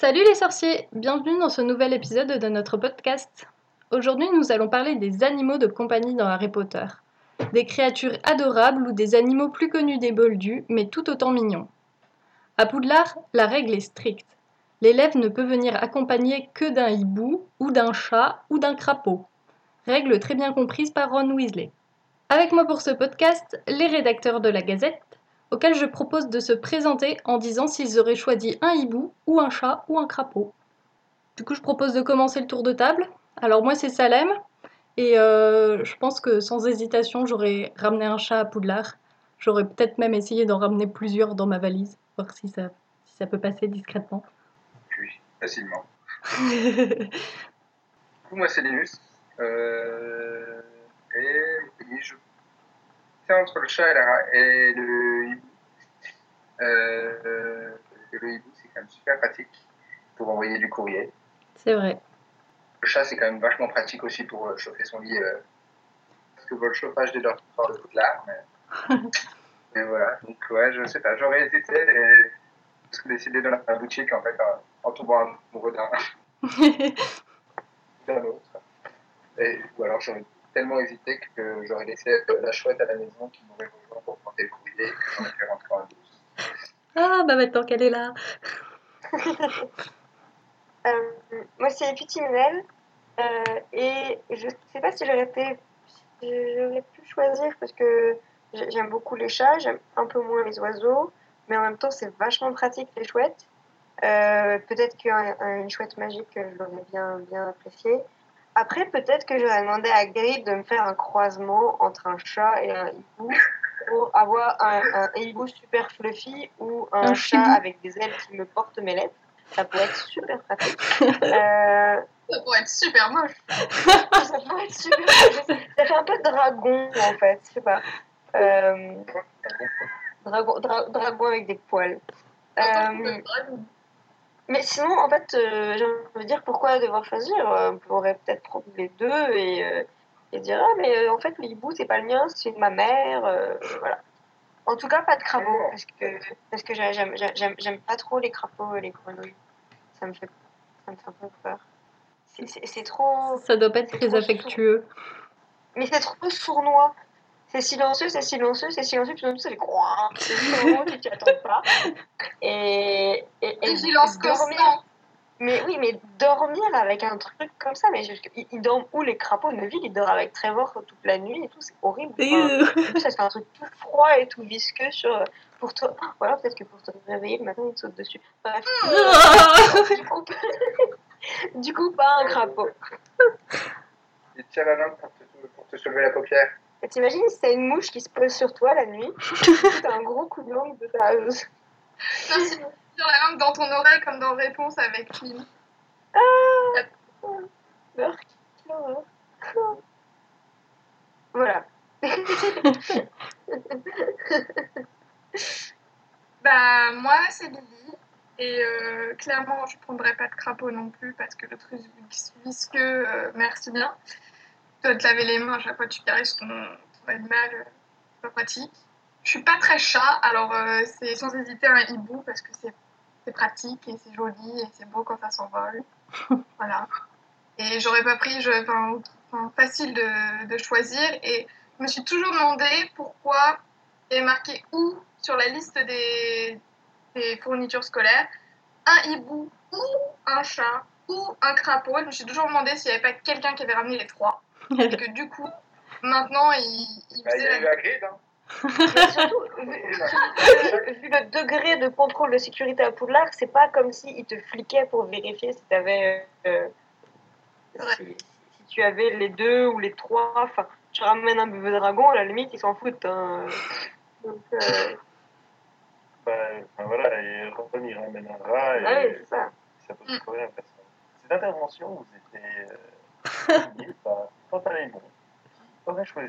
Salut les sorciers, bienvenue dans ce nouvel épisode de notre podcast. Aujourd'hui nous allons parler des animaux de compagnie dans Harry Potter. Des créatures adorables ou des animaux plus connus des Moldus, mais tout autant mignons. À Poudlard, la règle est stricte. L'élève ne peut venir accompagné que d'un hibou, ou d'un chat, ou d'un crapaud. Règle très bien comprise par Ron Weasley. Avec moi pour ce podcast, les rédacteurs de la Gazette, auxquels je propose de se présenter en disant s'ils auraient choisi un hibou, ou un chat, ou un crapaud. Du coup, je propose de commencer le tour de table. Alors moi, c'est Salem, et je pense que sans hésitation, j'aurais ramené un chat à Poudlard. J'aurais peut-être même essayé d'en ramener plusieurs dans ma valise, voir si ça peut passer discrètement. Oui, facilement. Du coup, moi, c'est Linus. Et je c'est entre le chat et le hibou. Le hibou, c'est quand même super pratique pour envoyer du courrier. C'est vrai. Le chat, c'est quand même vachement pratique aussi pour chauffer son lit. Parce que le chauffage des dortoirs de Poudlard. Mais voilà, donc ouais, je sais pas, j'aurais hésité parce que décidé de la boutique en fait en tombant amoureux d'un autre. Ou alors j'aurais tellement hésité que j'aurais laissé la chouette à la maison qui m'aurait rejoint pour porter le courrier et j'aurais fait rentrer en douce. Ah, bah maintenant qu'elle est là. Moi, c'est Petit Minel. Et je sais pas si j'aurais pu choisir parce que j'aime beaucoup les chats, j'aime un peu moins les oiseaux, mais en même temps, c'est vachement pratique les chouettes. Peut-être qu'une chouette magique, je l'aurais bien apprécié. Après, peut-être que j'aurais demandé à Hagrid de me faire un croisement entre un chat et un hibou pour avoir un hibou super fluffy ou un chat chibou. avec des ailes qui me portent mes lettres. Ça pourrait être super pratique. Ça pourrait être super moche. Ça pourrait être super moche. Ça fait un peu dragon, en fait. Je sais pas. Dragon avec des poils. Mais sinon, en fait, j'ai envie de dire pourquoi devoir choisir. On pourrait peut-être prendre les deux et dire ah mais en fait le hibou c'est pas le mien, c'est de ma mère. Voilà. En tout cas pas de crapaud parce que j'aime pas trop les crapauds et les grenouilles. Ça me fait un peu peur. C'est trop. Ça doit pas être très affectueux. Mais c'est trop sournois. C'est silencieux, puis tout d'un coup ça fait quoi. C'est vraiment tu t'y attends pas. Et Vigilance constante. Mais oui, mais dormir avec un truc comme ça, mais ils dorment où les crapauds de ville, ils dorment avec Trevor toute la nuit et tout, c'est horrible. En plus, ça se fait un truc tout froid et tout visqueux pour toi. Voilà, peut-être que pour te réveiller le matin, ils te sautent dessus. Bref. Du coup, pas un crapaud. Il tire la langue pour te soulever la paupière. Et t'imagines si t'as une mouche qui se pose sur toi la nuit, t'as un gros coup de langue de ta... Non, si tu tires la langue dans ton oreille comme dans Réponse avec Clim. Meurtre. Voilà. Bah, moi, c'est Lily. Et clairement, je prendrais pas de crapaud non plus parce que le truc visqueux, merci bien. Tu dois te laver les mains à chaque fois que tu caresses ton animal, c'est pas pratique. Je suis pas très chat, alors c'est sans hésiter un hibou parce que c'est pratique et c'est joli et c'est beau quand ça s'envole. Voilà. Et j'aurais pas pris, facile de choisir. Et je me suis toujours demandé pourquoi il y avait marqué ou sur la liste des fournitures scolaires un hibou ou un chat ou un crapaud. Je me suis toujours demandé s'il n'y avait pas quelqu'un qui avait ramené les trois. Et que du coup, maintenant, il y a eu Hagrid, hein. Mais surtout, vu le degré de contrôle de sécurité à Poudlard, c'est pas comme s'ils te fliquaient pour vérifier si t'avais... si tu avais les deux ou les trois, enfin, tu ramènes un bébé dragon, à la limite, ils s'en foutent. Hein. Donc, voilà, et Ron il ramène un rat et oui, c'est ça. Ça pose problème à personne. Cette intervention vous était signée par Pantalémon, qui aurait choisi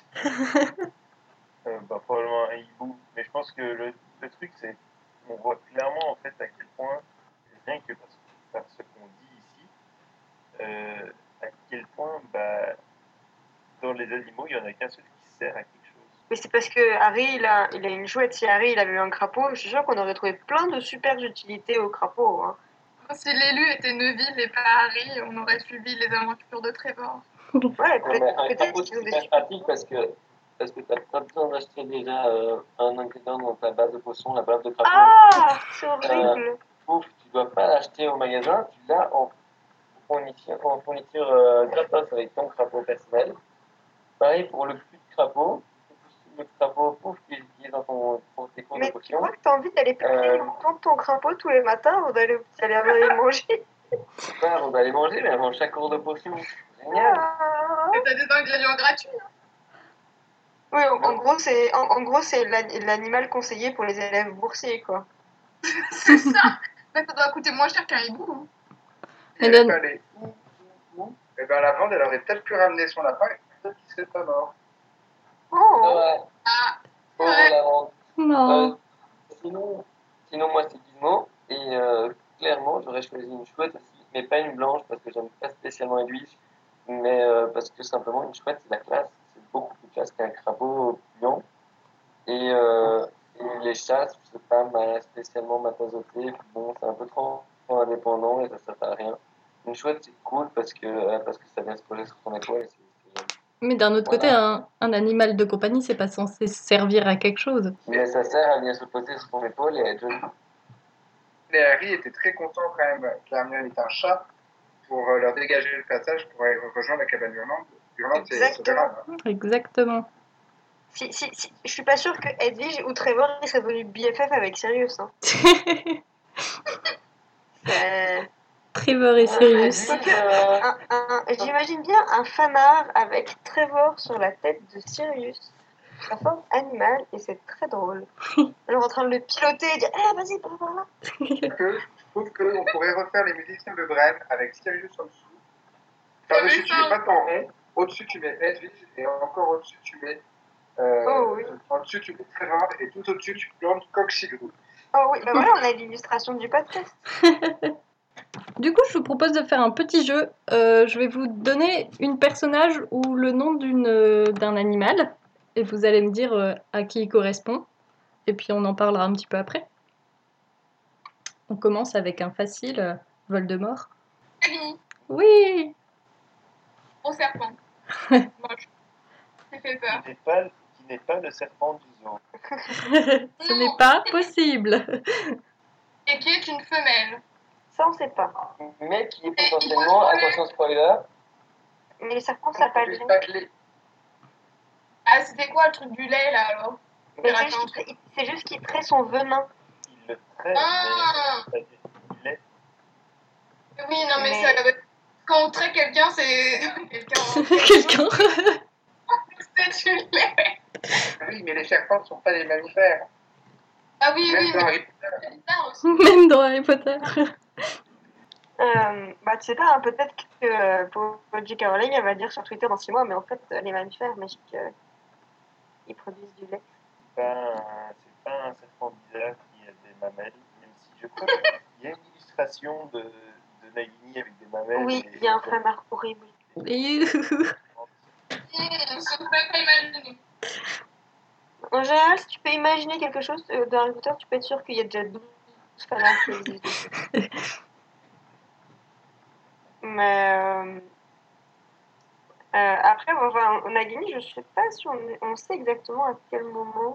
probablement un hibou, mais je pense que le truc c'est qu'on voit clairement en fait à quel point, rien que par ce qu'on dit ici, à quel point dans les animaux il n'y en a qu'un seul qui sert à quelque chose. Mais c'est parce que Harry il a une chouette. Si Harry il avait eu un crapaud, je suis sûre qu'on aurait trouvé plein de super utilités au crapaud. Hein. Si l'élu était Neville et pas Harry, on aurait suivi les aventures de Trevor. Ouais, Non, mais un peut-être crapaud, qu'ils ont c'est des super super. pratique parce que t'as pas besoin d'acheter déjà un ingrédient dans ta base de potions, la base de crapaud. Ah, c'est horrible. Ouf, tu dois pas l'acheter au magasin, tu l'as en fourniture gratos avec ton crapaud personnel. Pareil pour le cul de crapaud. Le crapaud pouf qui est pour tes cours de Mais tu potions. crois que t'as envie d'aller piquer longtemps ton crapaud tous les matins avant d'aller aller manger? Pas avant d'aller manger, mais avant chaque cours de potions. Génial. Ah. Et t'as des ingrédients gratuits. Hein. Oui, en gros, c'est l'animal conseillé pour les élèves boursiers, quoi. C'est ça. Mais ça doit coûter moins cher qu'un hibou. Hein. Si elle est allée où, et ben la vente, elle aurait peut-être pu ramener son lapin et peut-être qu'il serait pas mort. Oh. Ouais. Ah, Pour ouais. la vente. Non. Sinon, moi, c'est Gizmo. Et clairement, j'aurais choisi une chouette aussi. Mais pas une blanche parce que j'aime pas spécialement Edwige. Mais parce que simplement, une chouette, c'est la classe. C'est beaucoup plus classe qu'un crapaud pliant. Et les chats, c'est pas spécialement ma tasse de thé. Bon, c'est un peu trop indépendant et ça sert à rien. Une chouette, c'est cool parce que ça vient se poser sur ton épaule. Et c'est joli. Mais d'un autre côté, un animal de compagnie, c'est pas censé servir à quelque chose. Mais ça sert à venir se poser sur ton épaule et à être joli. Et Harry était très content quand même que Hermione ait un chat pour leur dégager le passage pour aller rejoindre la cabane hurlante. Hurlante, c'est souverain. Hein. Exactement. Si, je suis pas sûre que Edwige ou Trevor ils seraient devenus BFF avec Sirius. Hein. Trevor et Sirius. J'imagine bien un fanart avec Trevor sur la tête de Sirius, sa forme animale, et c'est très drôle. Genre en train de le piloter et dire « vas-y, par là !» Je trouve qu'on pourrait refaire les musiciens de Brême avec Sirius en dessous. Par-dessus, tu mets pas ton rond. Au-dessus, tu mets Edwige. Et encore au-dessus, tu mets... En dessous, tu mets Trevor. Et tout au-dessus, tu plantes Coq-Chigrou. Oh oui, bah voilà, on a l'illustration du podcast. Du coup, je vous propose de faire un petit jeu. Je vais vous donner une personnage ou le nom d'un animal. Et vous allez me dire à qui il correspond. Et puis on en parlera un petit peu après. On commence avec un facile, Voldemort. Nagini, Oui. au serpent. Moche. Ça fait peur. Qui n'est pas le serpent du zoo. Ce n'est pas possible. Et qui est une femelle. Ça, on sait pas. Mais qui est potentiellement, attention spoiler, Mais les serpents, ça pas le lait. Ah, c'était quoi le truc du lait là alors? Mais c'est juste qu'il trait son venin. il le traite, mais il lait. Oui, non, mais ça, quand on traite quelqu'un, c'est. Quelqu'un. C'est du lait. Oui, mais les serpents ne sont pas des mammifères. Ah oui, Même oui, dans mais Harry Potter. Même dans Harry Potter. Bah, tu sais pas, hein, peut-être que pour J.K. Rowling, elle va dire sur Twitter dans 6 mois, mais en fait, les mammifères magiques, ils produisent du lait. C'est pas un serpent bizarre qui a des mamelles, même si je crois qu'il y a une illustration de Nagini avec des mamelles. Oui, il y a un fanart horrible. on se peut pas imaginer. En général, si tu peux imaginer quelque chose de Harry Potter, tu peux être sûr qu'il y a déjà 12 fanarts qui existent. Mais après, enfin, Nagini, je sais pas si on sait exactement à quel moment.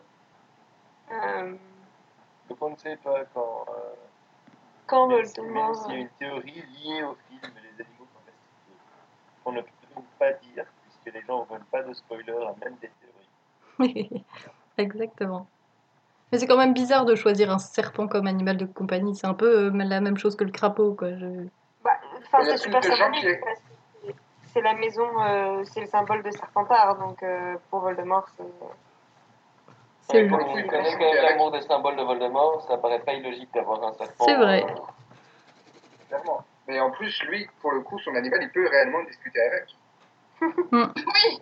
Donc on ne sait pas Quand même Voldemort. s'il y a une théorie liée au film Les Animaux Fantastiques qu'on ne peut donc pas dire, puisque les gens ne veulent pas de spoilers, même des théories. Exactement. Mais c'est quand même bizarre de choisir un serpent comme animal de compagnie. C'est un peu la même chose que le crapaud, quoi. Bah, c'est super symbolique parce que c'est la maison, c'est le symbole de Serpentard, donc pour Voldemort, C'est Quand on connaît quand même l'amour des symboles de Voldemort, ça paraît pas illogique d'avoir un serpent. C'est vrai. Clairement. Mais en plus, lui, pour le coup, son animal, il peut réellement discuter avec. Oui.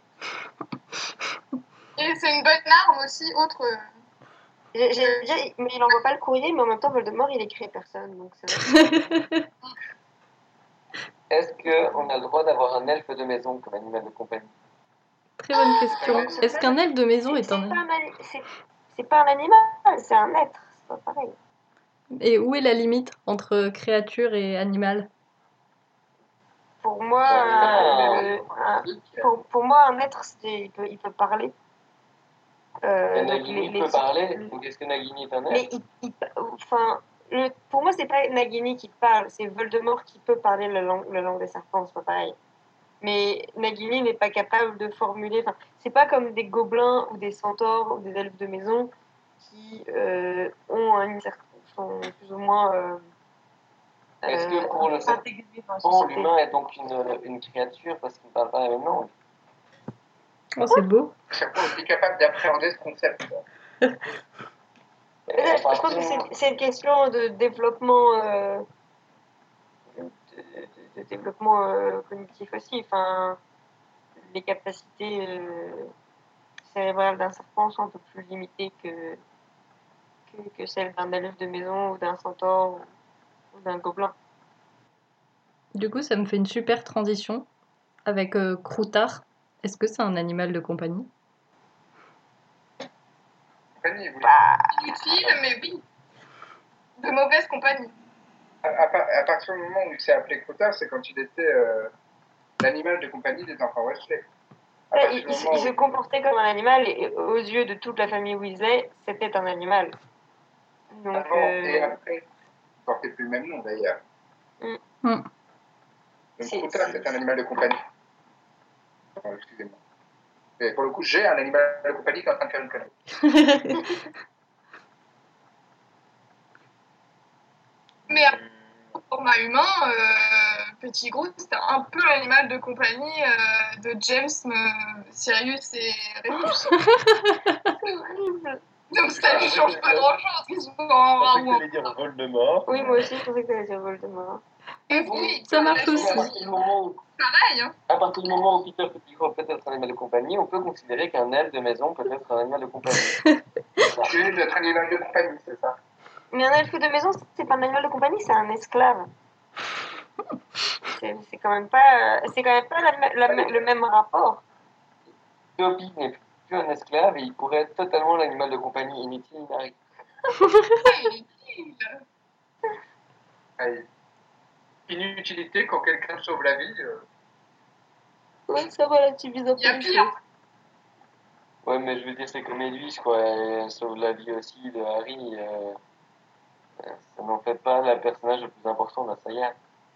Et c'est une bonne arme aussi, autre. J'allais dire, mais il envoie pas le courrier, mais en même temps, Voldemort, il écrit à personne, donc c'est vrai. Est-ce qu'on a le droit d'avoir un elfe de maison comme animal de compagnie? Très bonne question. Est-ce qu'un elfe de maison est un... C'est pas un animal, c'est un être, c'est pas pareil. Et où est la limite entre créature et animal? Pour moi, pour moi, un être, il peut parler. Et Donc Nagini peut parler, donc est-ce que Nagini est un mais être? enfin, pour moi, c'est pas Nagini qui parle, c'est Voldemort qui peut parler la langue des serpents, c'est pas pareil. Mais Nagini n'est pas capable de formuler. Enfin, c'est pas comme des gobelins ou des centaures ou des elfes de maison qui ont sont plus ou moins Est-ce que pour le intégrés dans la serpent, société. l'humain est donc une créature parce qu'il ne parle pas la même langue? Oh, c'est beau. Je suis aussi capable d'appréhender ce concept. Je pense que c'est une question de développement, de développement cognitif aussi. Enfin, les capacités cérébrales d'un serpent sont un peu plus limitées que celles d'un elfe de maison ou d'un centaure ou d'un gobelin. Du coup, ça me fait une super transition avec Croutard. Est-ce que c'est un animal de compagnie? Compagnie, oui. Inutile, mais oui. De mauvaise compagnie. À partir du moment où il s'est appelé Croutard, c'est quand il était l'animal de compagnie des enfants Weasley. Il se comportait comme un animal et aux yeux de toute la famille Weasley, c'était un animal. Donc, Avant et après, il ne portait plus le même nom d'ailleurs. Mm. Donc Croutard, c'est un animal de compagnie. Excusez-moi. Et pour le coup, j'ai un animal de compagnie qui est en train de faire une connerie. Mais au format humain, Petit Groot, c'était un peu l'animal de compagnie de James, Sirius et Remus. c'est horrible. Donc ça ne change pas grand-chose qu'ils soient en Je rat pensais ou que en... t'allais dire Voldemort. Oui, moi aussi, je pensais que t'allais dire Voldemort. Et oui, Ça marche la aussi. À partir du moment où, pareil, hein. à partir du moment où Peter Pettigrew peut être un animal de compagnie, on peut considérer qu'un elfe de maison peut être un animal de compagnie. Tu es notre animal de compagnie, c'est ça? Mais un elfe de maison, c'est pas un animal de compagnie, c'est un esclave. C'est quand même pas, le même rapport. Dobby n'est plus un esclave et il pourrait être totalement l'animal de compagnie inutile d'Harry. Allez. Inutilité quand quelqu'un sauve la vie. Oui, ça relativise un peu Il y a les pire. choses. Ouais, mais je veux dire, c'est comme Edwige, quoi. Elle sauve la vie aussi de Harry. Ça n'en fait pas le personnage le plus important de la saga.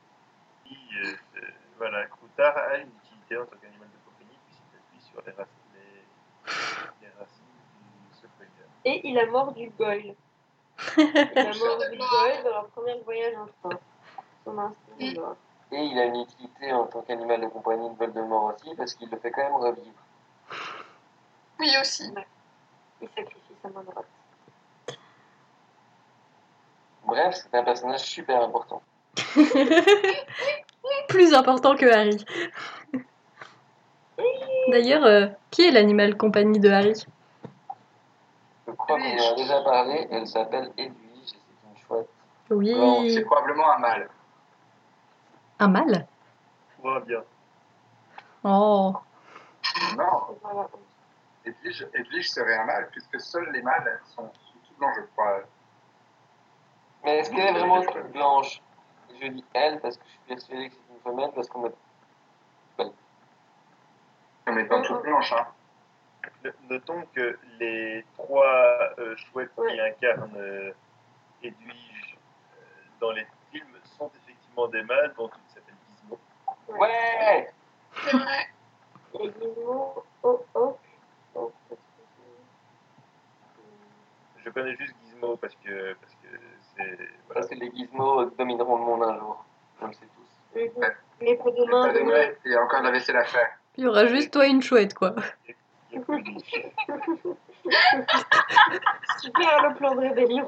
Voilà, Croutard a une utilité en tant qu'animal de compagnie puisqu'il appuie sur les racines du Sepulchre. Et il a mordu Goyle. Il a mordu Goyle dans leur premier voyage en train. Son instinct de mort. Et il a une utilité en tant qu'animal de compagnie de Voldemort aussi, parce qu'il le fait quand même revivre. Oui, aussi. Il sacrifie sa main droite. Bref, c'est un personnage super important. Plus important que Harry. D'ailleurs, qui est l'animal compagnie de Harry? Je crois qu'on en a déjà parlé, elle s'appelle Edwige, et c'est une chouette. Oui. Blanche. C'est probablement un mâle. Un mâle? Moi, bien. Oh. Non, Voilà. Edwige serait un mâle, puisque seuls les mâles sont tout blancs, je crois. Mais est-ce qu'elle est vraiment toute blanche? Je dis elle parce que je suis persuadé que c'est une femelle, parce qu'on a... Comme étant toute blanche, hein. Notons que les trois chouettes Ouais. qui incarnent Edwige dans les films sont effectivement des mâles dont une s'appelle Gizmo. Ouais! C'est vrai. Il y a Gizmo, oh. Je connais juste Gizmo parce que c'est... Voilà. Parce que les gizmos domineront le monde un jour. On le sait tous. Ouais. Mais pas demain, Il y a encore la vaisselle à faire. Il y aura juste toi une chouette, quoi. Il y a plus de- Super le plan de rébellion.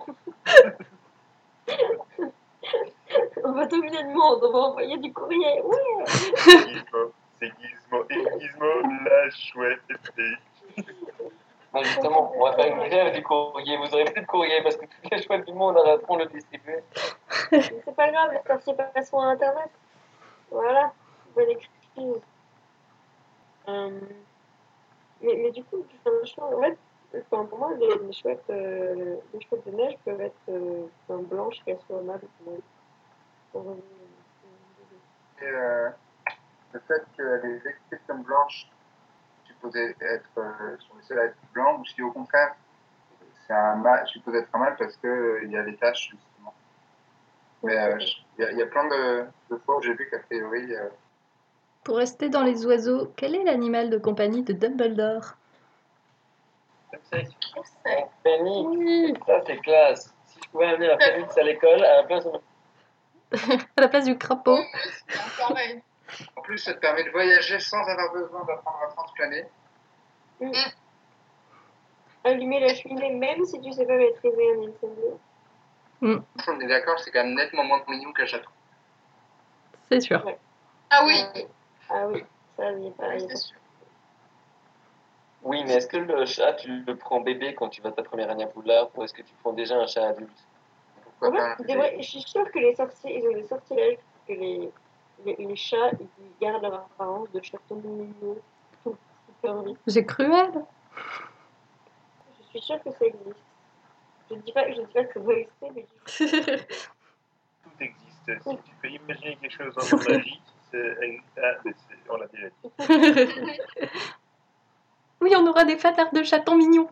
On va dominer le monde, on va envoyer du courrier. Ouais. C'est Gizmo. Et Gizmo, la chouette épée. Mais justement, on va faire une grève du courrier. Vous aurez plus de courrier parce que toutes les chouettes du monde arrêteront de le distribuer. C'est pas grave, les sorciers passeront à internet. Voilà, bonne excuse. Mais du coup, en fait, Enfin, pour moi, les chouettes de neige peuvent être blanches, qu'elles soient mâles ou femelles. Et, le fait qu'elle est décrite comme blanche, supposée être sont les seuls à être blancs, ou si au contraire, c'est un mâle, supposé être un mâle parce qu'il y a des taches, justement. Mais il y a plein de fois où j'ai vu qu'a priori, Pour rester dans les oiseaux, quel est l'animal de compagnie de Dumbledore? Un phénix, Oui, ça c'est classe. Si je pouvais amener un phénix à l'école, à la place de... à la place du crapaud. Pareil. en plus, ça te permet de voyager sans avoir besoin d'apprendre à transplaner. Allumer la cheminée, même si tu sais pas maîtriser un incendie. On est d'accord, c'est quand même nettement moins mignon qu'un chaton. C'est sûr. Ouais. Ah oui, Ah oui, ça, il est pas. oui, il est c'est pas- sûr. Oui, mais est-ce que le chat, tu le prends bébé quand tu vas ta première année à Poudlard, ou est-ce que tu prends déjà un chat adulte? Pourquoi En pas fait, un il bébé devrait- je suis sûre que les sorciers, ils ont des sortilèges pour que les chats, ils gardent leur apparence de chatons mignons, tout super vite. J'ai cruel. Je suis sûre que ça existe. Je dis pas que ça doit exister, mais Tout existe. Si tu peux imaginer quelque chose dans le magie, on l'a déjà dit. Oui, on aura des fatards de chatons mignons.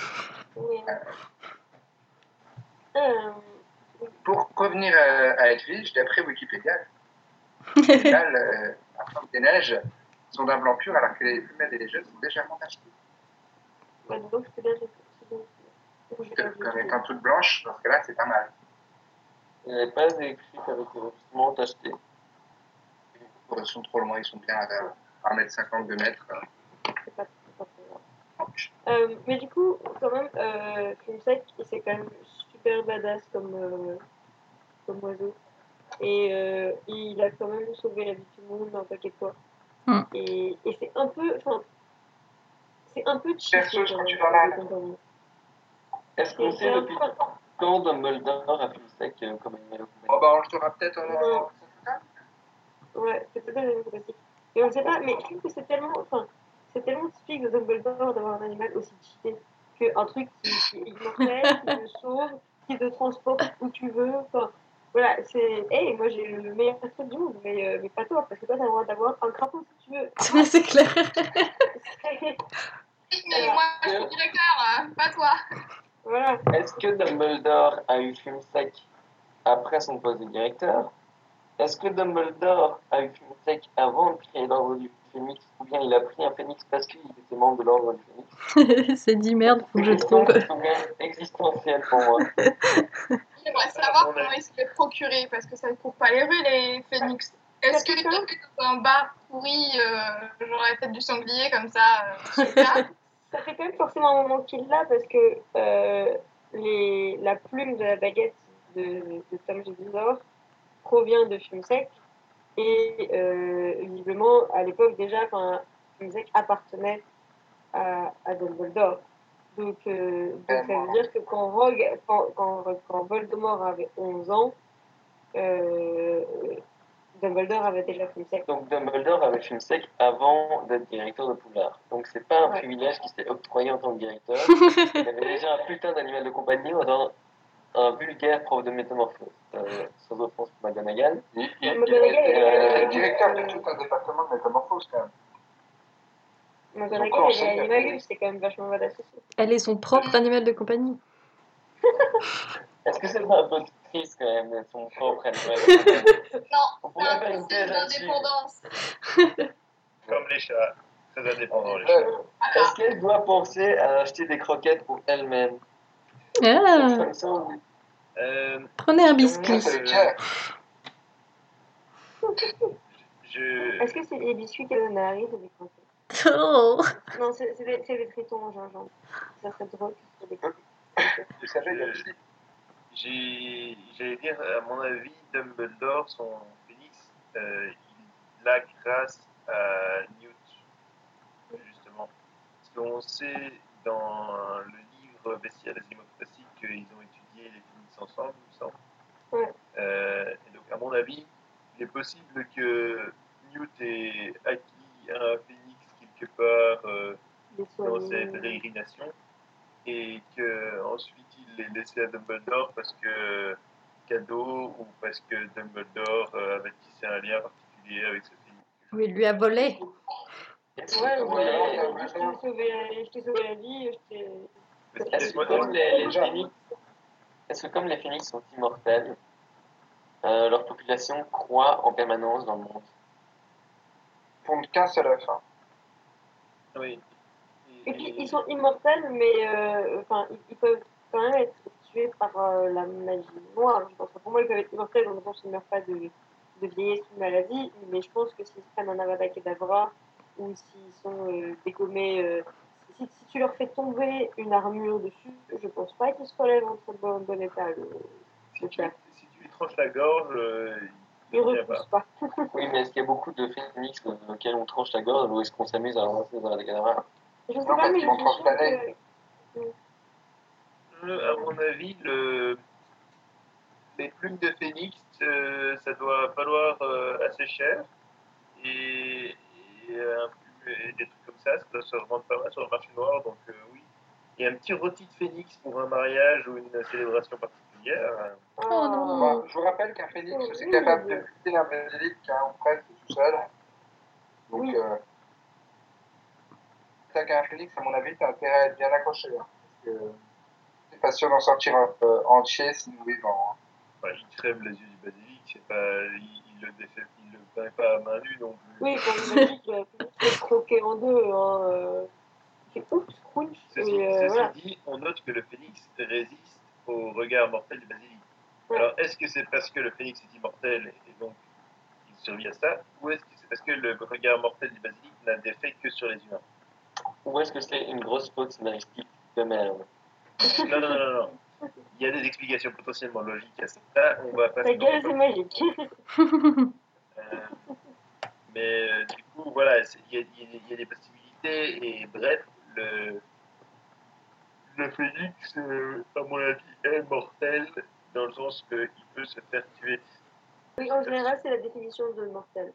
Pour revenir à Edwige, d'après Wikipédia, les mâles, à forme des neiges, sont d'un blanc pur alors que les femelles et les jeunes sont légèrement tachetées. donc c'est bien. Comme étant toutes blanches, dans ce cas-là, c'est pas mal. Il n'y avait pas écrit avec justement t'acheter. Ils sont trop loin, ils sont bien à 1m50, 2 mètres. C'est pas très grave. Mais du coup, quand même, Filmsec, c'est quand même super badass comme oiseau. Et il a quand même sauvé la vie du monde un paquet de fois. Et c'est un peu. Enfin, c'est un peu cheaté Perceuse quand tu dans vas la là. compagnie. Est-ce qu'on sait depuis quand Dumbledore a fait sec comme animal? Oh bah on le saura peut-être Ouais, c'est peut-être un animal fantastique. Mais on ne sait pas, mais je trouve que c'est tellement typique de Dumbledore d'avoir un animal aussi cheaté qu'un truc qui est immortel, qui te sauve, qui te transporte où tu veux. Enfin, voilà, c'est. Hey, moi j'ai le meilleur truc du monde, mais pas toi, parce que toi t'as le droit d'avoir un crapaud si tu veux. C'est clair. Mais moi, je suis directeur, pas toi. Voilà. Est-ce que Dumbledore a eu sec après son poste de directeur? Est-ce que Dumbledore a eu sec avant de créer l'ordre du Phénix, ou bien il a pris un Phénix parce qu'il était membre de l'ordre du Phénix? C'est dit merde, faut que je trouve. C'est quand même existentiel pour moi. J'aimerais savoir comment il se les procurer parce que ça ne court pas les rues, les phénix. Est-ce que dans un bar pourri, genre la tête du sanglier comme ça, sur le tas? Ça fait quand même forcément un moment qu'il l'a parce que la plume de la baguette de Tom Jedusor provient de Fumsec et visiblement à l'époque déjà, Fumsec appartenait à Dumbledore. Donc ça veut dire que quand Voldemort avait 11 ans, Dumbledore avait déjà Fumsec. Donc Dumbledore avait sec avant d'être directeur de Poudlard. Donc c'est pas un privilège qui s'est octroyé en tant que directeur. Il avait déjà un putain d'animal de compagnie dans un vulgaire prof de métamorphose. Sans offense pour McGonagall. Il est directeur de tout un département de métamorphose quand même. McGonagall, elle est animaliste, c'est quand même vachement badass aussi. Elle est son propre animal de compagnie. Est-ce que c'est pas un peu triste quand même d'être son propre animal de compagnie? Non, On pourrait faire une thèse là-dessus. d'indépendance. Comme les chats. Très indépendants, les chats. Est-ce qu'elle doit penser à acheter des croquettes pour elle-même? Ah, Ça me semble. prenez un biscuit. Est-ce que c'est les biscuits qu'elle donne à Harry ou des croquettes? Oh. Non, c'est des tritons en gingembre. Ça serait drôle que ce soit des croquettes. Vous savez, J'allais dire, à mon avis, Dumbledore, son Phénix, il l'a grâce à Newt, justement. Parce qu'on sait dans le livre Bestiaire des animaux fantastiques qu'ils ont étudié les Phénix ensemble, il me semble. Ouais. Et donc, à mon avis, il est possible que Newt ait acquis un Phénix quelque part dans ses pérégrinations. et qu'ensuite il les laissait à Dumbledore parce que cadeau ou parce que Dumbledore avait tissé un lien particulier avec ce phénix. Oui, il lui a volé. Ouais, Ouais, alors, il a dit je t'ai sauvé la vie, Parce qu'il Est-ce laisse que comme les phénix, est-ce que comme les phénix sont immortels, leur population croît en permanence dans le monde? Ils font qu'un seul œuf. Hein. Oui. Et puis ils sont immortels, mais ils peuvent quand même être tués par la magie noire. Je pense que pour moi, ils peuvent être immortels dans le sens où ils ne meurent pas de vieillesse ou de maladie, mais je pense que s'ils prennent un Avada Kedavra ou s'ils sont dégommés, si tu leur fais tomber une armure dessus, je pense pas qu'ils se relèvent en très bon état. Si tu lui tranches la gorge, Ils il ne revient repoussent pas. pas. Oui, mais est-ce qu'il y a beaucoup de phénix auxquels on tranche la gorge ou est-ce qu'on s'amuse à avancer dans la cadavre? Je sais Non, pas, parce mais qu'ils vont je suis sûre transplaner. À mon avis, les plumes de phénix, ça doit valoir assez cher. Et des trucs comme ça doit se revendre pas mal sur le marché noir. Donc oui. Et un petit rôti de phénix pour un mariage ou une célébration particulière. Oh non. Bah, je vous rappelle qu'un phénix, c'est capable de buter un basilic hein, presque tout seul. Donc, Oui. attaquer un phénix, à mon avis, t'as intérêt à être bien accroché. Hein, parce que c'est pas sûr d'en sortir entier, sinon vivant. Hein. Enfin, il crève les yeux du basilic. C'est pas, il le défait, il le peint pas à main nue non plus. Oui, quand le basilic, il est croqué en deux. Hein, il fait oups, crunch. Ceci Voilà. dit, on note que le phénix résiste au regard mortel du basilic. Ouais. Alors, est-ce que c'est parce que le phénix est immortel et donc il survit à ça, ou est-ce que c'est parce que le regard mortel du basilic n'a d'effet que sur les humains? Ou est-ce que c'est une grosse faute scénaristique de merde? Non. Il y a des explications potentiellement logiques à ça. On va pas Ta gueule, c'est magique. Mais du coup, voilà, il y a des possibilités. Et bref, le phénix, à mon avis, est mortel dans le sens qu'il peut se faire tuer. Oui, en général, c'est la définition de mortel.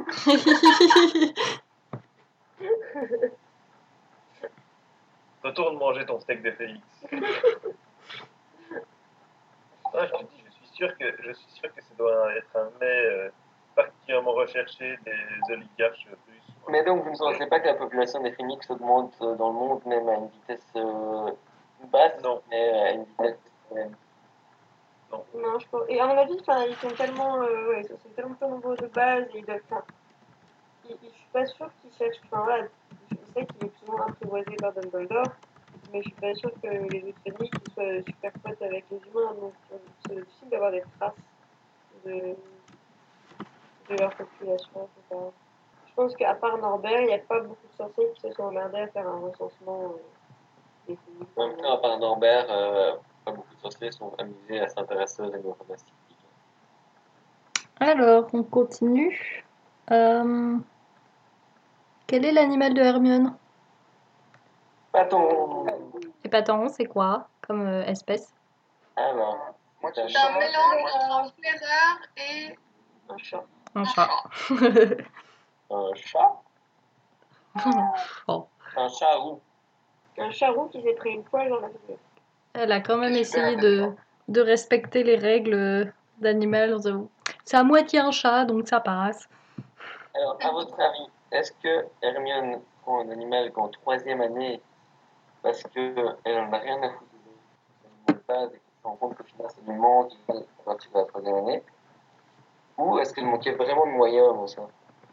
Retourne manger ton steak de phénix. Ah, je te dis, je suis sûr que ça doit être un mets particulièrement recherché des oligarches russes. Mais donc, vous ne pensez pas que la population des phénix augmente dans le monde, même à une vitesse basse, Non. mais à une vitesse Non, je pense. Et à mon avis, ils sont tellement, ils sont tellement peu nombreux de base et je suis pas sûre qu'ils cherchent. Enfin voilà, je sais qu'il est souvent apprivoisé par Dumbledore, mais je suis pas sûre que les autres phénix ils soient super potes avec les humains, donc c'est difficile d'avoir des traces de, de leur population. Je pense qu'à part Norbert, il n'y a pas beaucoup de sorciers qui se sont emmerdés à faire un recensement des phénix. En même temps, à part Norbert, pas beaucoup de sorciers sont amusés à s'intéresser aux animaux fantastiques. Alors, on continue. Quel est l'animal de Hermione? Paton! Et Paton, c'est quoi comme espèce? Alors, Moi, c'est tu C'est un chat, mélange entre flaireur et Un chat. Un chat. un chat? Oh. Un chat roux. Un charroux qui s'est pris une poêle dans la figure. Elle a quand même qui est super essayé intelligent. de respecter les règles d'animal. C'est à moitié un chat, donc ça passe. Alors, à votre avis, est-ce que Hermione prend un animal qu'en troisième année parce qu'elle en a rien à foutre des animaux de base et qu'elle se rend compte qu'au final ça lui manque à partir de la troisième année? Ou est-ce qu'elle manquait vraiment de moyens avant ça?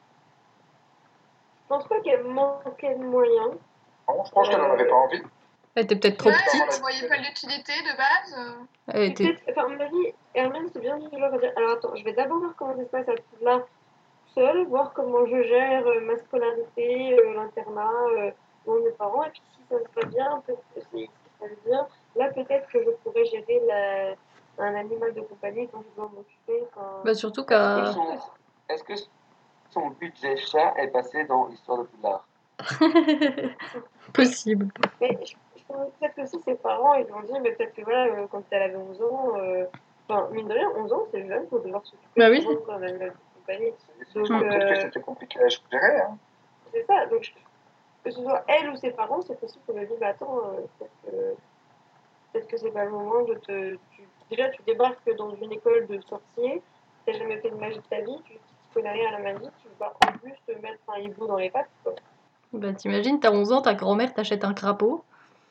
Je pense pas qu'elle manquait de moyens. Non, je pense qu'elle n'en avait pas envie. Elle était peut-être trop ouais, petite. vous voyez pas l'utilité de base. Elle Et était... peut-être, enfin, à mon avis, Hermione, c'est bien du genre à dire alors attends, je vais d'abord voir comment ça se passe à Poudlard seule, voir comment je gère ma scolarité, l'internat, mes parents, et puis si ça se passe bien, si ça se passe bien, là peut-être que je pourrais gérer un animal de compagnie dont je dois m'occuper. Bah, surtout Est-ce qu'à... que est-ce que son budget chat est passé dans l'histoire de Poudlard? Possible. Mais je pense peut-être que aussi ses parents, ils ont dit, mais peut-être que voilà, quand elle avait 11 ans, enfin, mine de rien, 11 ans, c'est jeune pour devoir s'occuper Bah oui. de un animal de compagnie. Je trouve que c'était compliqué à gérer. Hein. C'est ça, donc que ce soit elle ou ses parents, c'est possible qu'on me dise, bah attends, peut-être que c'est pas le moment de déjà, tu débarques dans une école de sorciers, t'as jamais fait de magie de ta vie, tu connais rien à la magie, tu vas en plus te mettre un hibou dans les pattes, quoi. Bah, t'imagines, t'as 11 ans, ta grand-mère t'achète un crapaud.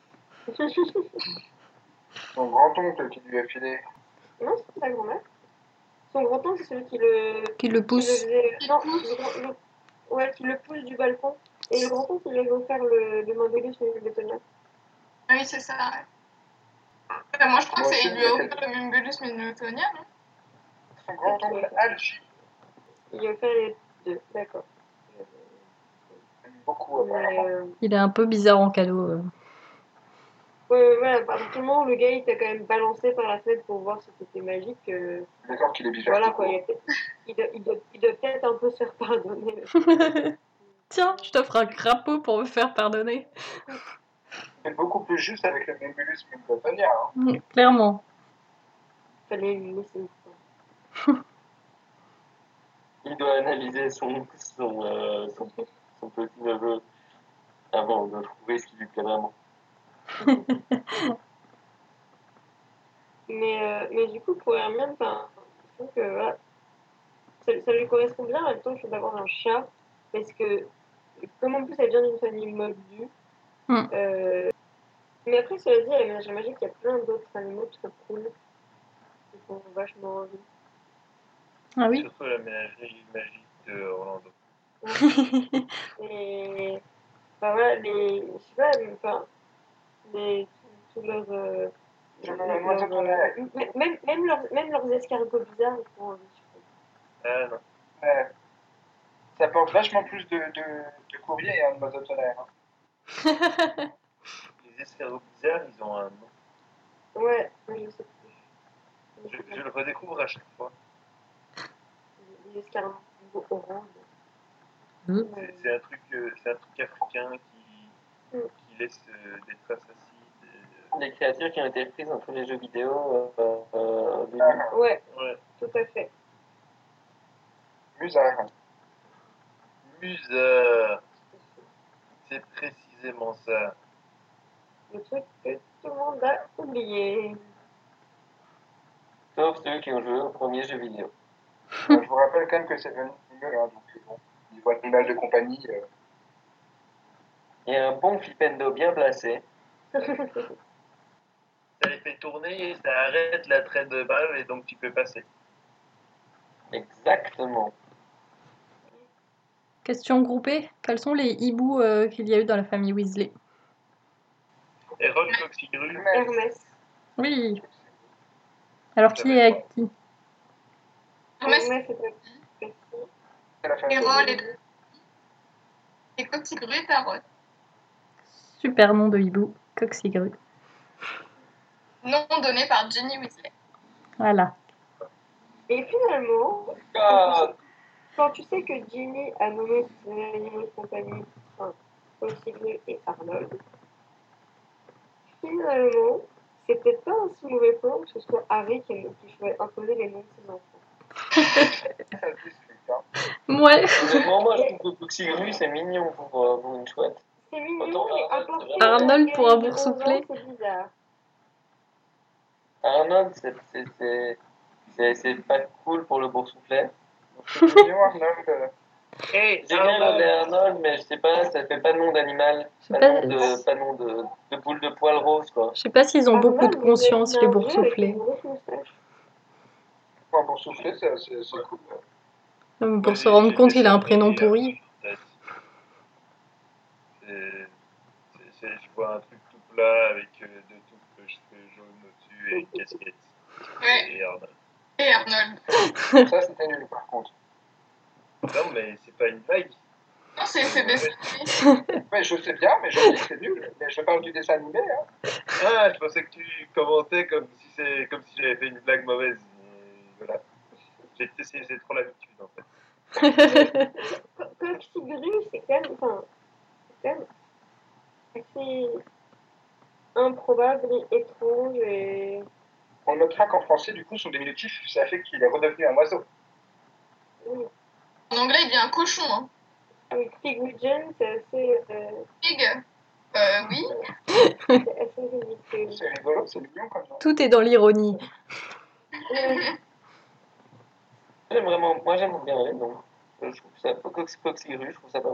Son grand-oncle qui lui a filé. Non, c'est sa grand-mère. Son grand-oncle, c'est celui qui Qui le le pousse. faisait. Non, ouais, qui le pousse du balcon. Et le grand-oncle, il lui avait offert le Mundulus Mimbletonia. Ah oui, c'est ça, ouais. Moi, je crois Moi que c'est aussi, il lui a offert le Mimulus Mimbletonia, non? Son grand-oncle Algie. Il lui a offert les deux, d'accord. J'aime beaucoup, apparemment. Il est un peu bizarre en cadeau. Ouais, voilà, à partir du moment où le gars il t'a quand même balancé par la fenêtre pour voir si c'était magique, D'accord qu'il est bizarre. voilà tout quoi, court. il doit peut-être un peu se faire pardonner. Tiens, je t'offre un crapaud pour me faire pardonner. C'est beaucoup plus juste avec le Mimulus Mimbletonia. Hein. Clairement. Fallait lui laisser une fois. Il doit analyser son petit neveu avant de trouver ce qui lui plaît vraiment. Mais du coup, pour Hermione, je trouve que voilà, ça lui correspond bien en même temps que d'avoir un chat, parce que comme en plus elle vient d'une famille moldue, Mm. mais après cela dit, à la ménagerie magique, il y a plein d'autres animaux très cool qui font vachement envie. Ah oui. Surtout la ménagerie magique de Orlando. Et enfin, voilà, je sais pas, tous leurs. Même leurs escargots bizarres, ils font envie, je trouve. Ah non. Ça porte vachement plus de courrier, hein, le moiseau tonnerre. Hein. Les escargots bizarres, ils ont un nom. Ouais, mais je sais plus. Je le redécouvre à chaque fois. Les escargots orange. C'est un truc africain qui laisse des traces acides. Les créatures qui ont été prises dans tous les jeux vidéo au début. Ouais, Ouais. tout à fait. Musard. Musard. C'est précisément ça. Le truc que tout le monde a oublié. Sauf ceux qui ont joué au premier jeu vidéo. Je vous rappelle quand même que c'est venu mieux, hein, donc bon, niveau animal de compagnie. Il y a un bon flipendo bien placé. Ça les fait tourner et ça arrête la traite de balle et donc tu peux passer. Exactement. Question groupée. Quels sont les hiboux qu'il y a eu dans la famille Weasley? Erol Coxigru. Hermès. Oui. Alors qui est avec qui? Hermès, c'est pas petit. Erol et Coxigru et Tarot. Super nom de hibou. Coxigru. Nom donné par Ginny Weasley. Voilà. Et finalement, Ah, quand tu sais que Ginny a nommé ses animaux de compagnie, Coxigru et Arnold, finalement, c'est peut-être pas un si mauvais plan que ce soit Harry qui imposer les noms de ses enfants. Ça se discute. Hein. Ouais. honnêtement, moi je trouve que Coxigru c'est mignon pour une chouette. C'est mignon, Autant mais Arnold, apporter c'est vraiment- Arnold pour un de 11 ans, boursouflé. c'est bizarre. Arnold, c'est pas cool pour le boursouflet. C'est mignon, Arnold. Hey, J'ai bien regardé Arnold, mais je sais pas, ça fait pas de nom d'animal. Je sais Pas de nom de boule de poil rose, quoi. Je sais pas s'ils ont beaucoup de Arnold, conscience, les vous imaginez un vieux avec boursouflés. une grosse moustache. Enfin, pour souffler, c'est cool. Pour se rendre compte qu'il a un prénom pourri. Je vois un truc tout plat avec deux touffes de cheveux jaunes au-dessus et une casquette. Ouais. Et Arnold. Et Arnold. Ça, c'était nul, par contre. Non, mais c'est pas une blague. Non, c'est des. Ouais, je sais bien, mais je dis que c'est nul. Mais je parle du dessin animé. Hein. Ah, je pensais que tu commentais comme si j'avais fait une blague mauvaise. Et voilà. C'est trop l'habitude en fait. Coxigru, c'est quand même assez improbable et étrange et. On notera qu'en français, du coup, son diminutif, ça fait qu'il est redevenu un oiseau. Oui. En anglais, il dit un cochon. Hein. Avec Pigwidgeon, c'est assez, Pig oui. c'est assez ridicule. C'est rigolo, c'est mignon comme ça. Tout est dans l'ironie. Moi j'aime bien, ouais, donc je trouve ça, Coxyrus, je trouve ça pas.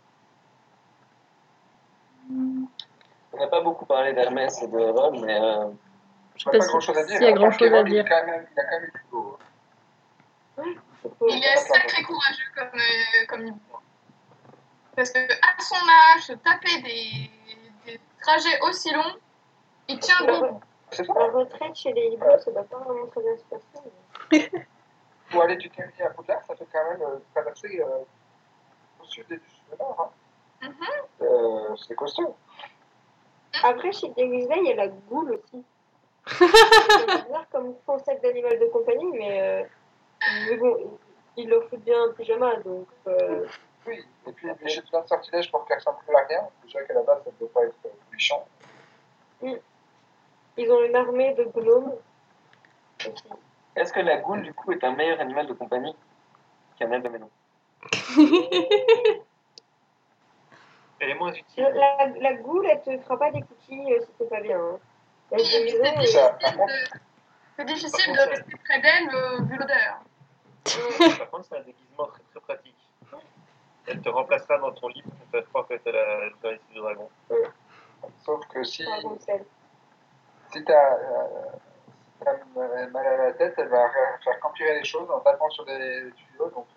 On n'a pas beaucoup parlé d'Hermès et de Ron, mais Je Pas sais pas grand chose à dire. s'il y a À part grand chose à qu'Erol, dire. il a quand même eu du beau. Il est sacré courageux comme hibou. Parce que à son âge, se taper des trajets aussi longs, il tient bon. C'est ça. La retraite chez les hiboux, ça doit pas vraiment très bien se passer. Mais... Pour aller du Kerry à Poudlard, ça fait quand même traverser au sud et du nord. Hein. C'est costaud. Après, chez les Weasley, il y a la goule aussi. C'est bizarre comme concept d'animal de compagnie, mais bon, ils leur foutent bien un pyjama, donc... Oui, et puis j'ai plein de sortilèges pour qu'elle ressemble plus à rien. Déjà qu'à la base, ça ne peut pas être méchant. Ils ont une armée de gnomes aussi. est-ce que la goule, du coup, est un meilleur animal de compagnie qu'un elfe de maison? Elle est moins utile. La goule, elle te fera pas des cookies si t'es pas bien. Hein. Elle Oui, et puis c'est difficile de rester près d'elle vu l'odeur. Par contre, c'est un déguisement très très pratique. Elle te remplacera dans ton lit pour te faire croire que t'es la ici du dragon. Sauf que si Pardon, sel. t'as mal à la tête, elle va faire qu'empirer les choses en tapant sur des tuyaux. Donc,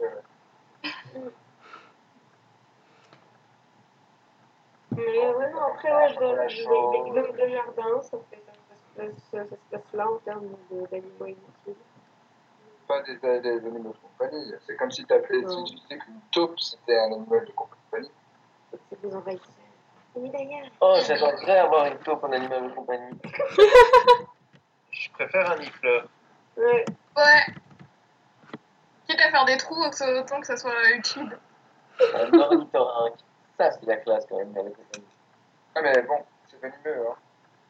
Mais ouais, non, après, ouais, les gnomes de jardin, ça se passe là en termes d'animaux inutiles. pas des animaux de compagnie. C'est comme si tu disais qu'une taupe c'était un animal de compagnie. C'est des envahisseurs. Oui, d'ailleurs. Oh, j'adorerais avoir une taupe en animal de compagnie. Je préfère un nifleur. Ouais. Ouais. Quitte à faire des trous, autant que ça soit utile. Un ornithorynque. Ça, c'est la classe quand même, avec compagnie. Ah, mais bon, c'est venimeux. Hein.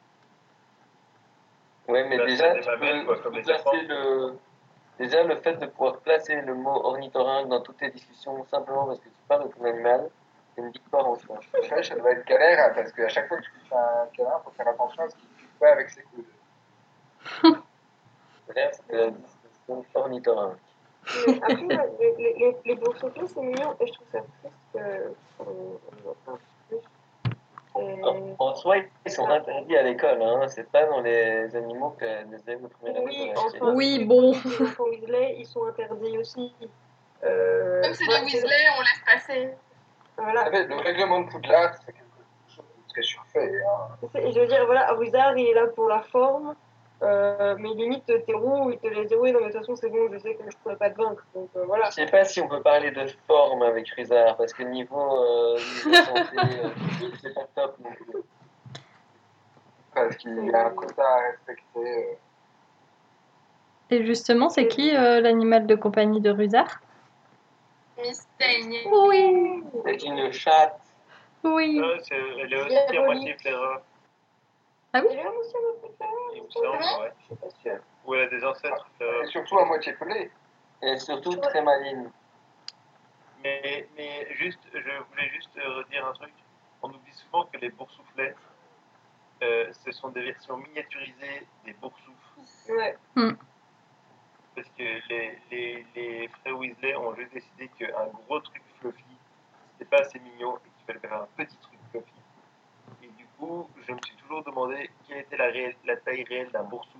Ouais, mais Là, déjà, c'est des mamelles, quoi, comme les placer serpents. Déjà, le fait de pouvoir placer le mot ornithorynque dans toutes tes discussions simplement parce que tu parles de ton animal, c'est une victoire en soi. Ouais, ça doit être galère hein, parce qu'à chaque fois que tu fais un câlin, il faut faire attention à ce qu'il ne touche pas avec ses coudes. Bref, c'était la discussion ornithorynque. Mais après, les boursouflés, c'est mignon et je trouve ça triste qu'on en parle plus. En soi, ils sont interdits à l'école, hein. C'est pas dans les animaux que les élèves de première année Oui, peuvent acheter. enfin, Oui, bon. Les enfants Weasley, ils sont interdits aussi. Comme c'est des Weasley, on laisse passer. Voilà. Le règlement de Poudlard, c'est quelque chose de très surfait. Hein. Je veux dire, voilà, Wizard, il est là pour la forme, mais limite, t'es roux, il te laisse dire oui, non, mais de toute façon, c'est bon, je sais que je pourrais pas te vaincre. Donc voilà. Je sais pas si on peut parler de forme avec Ruzard, parce que niveau santé, c'est pas top non plus. Parce qu'il y a un quota à respecter. Et justement, c'est qui l'animal de compagnie de Ruzard? Mystaigne. Oui, C'est une chatte. oui. Elle est aussi à moitié flaireur. Ah oui? Il est là aussi à votre frère, Il me semble, ouais. je suis pas sûre. Ou elle a des ancêtres flaireurs. Et surtout à moitié pelé. Et surtout très maligne. Mais juste, je voulais juste redire un truc. On oublie souvent que les boursouflets, ce sont des versions miniaturisées des boursoufles. Ouais. Parce que les frères Weasley ont juste décidé qu'un gros truc fluffy, c'était pas assez mignon et qu'il fallait faire un petit truc fluffy. Et du coup, je me suis toujours demandé quelle était la taille réelle d'un boursoufle.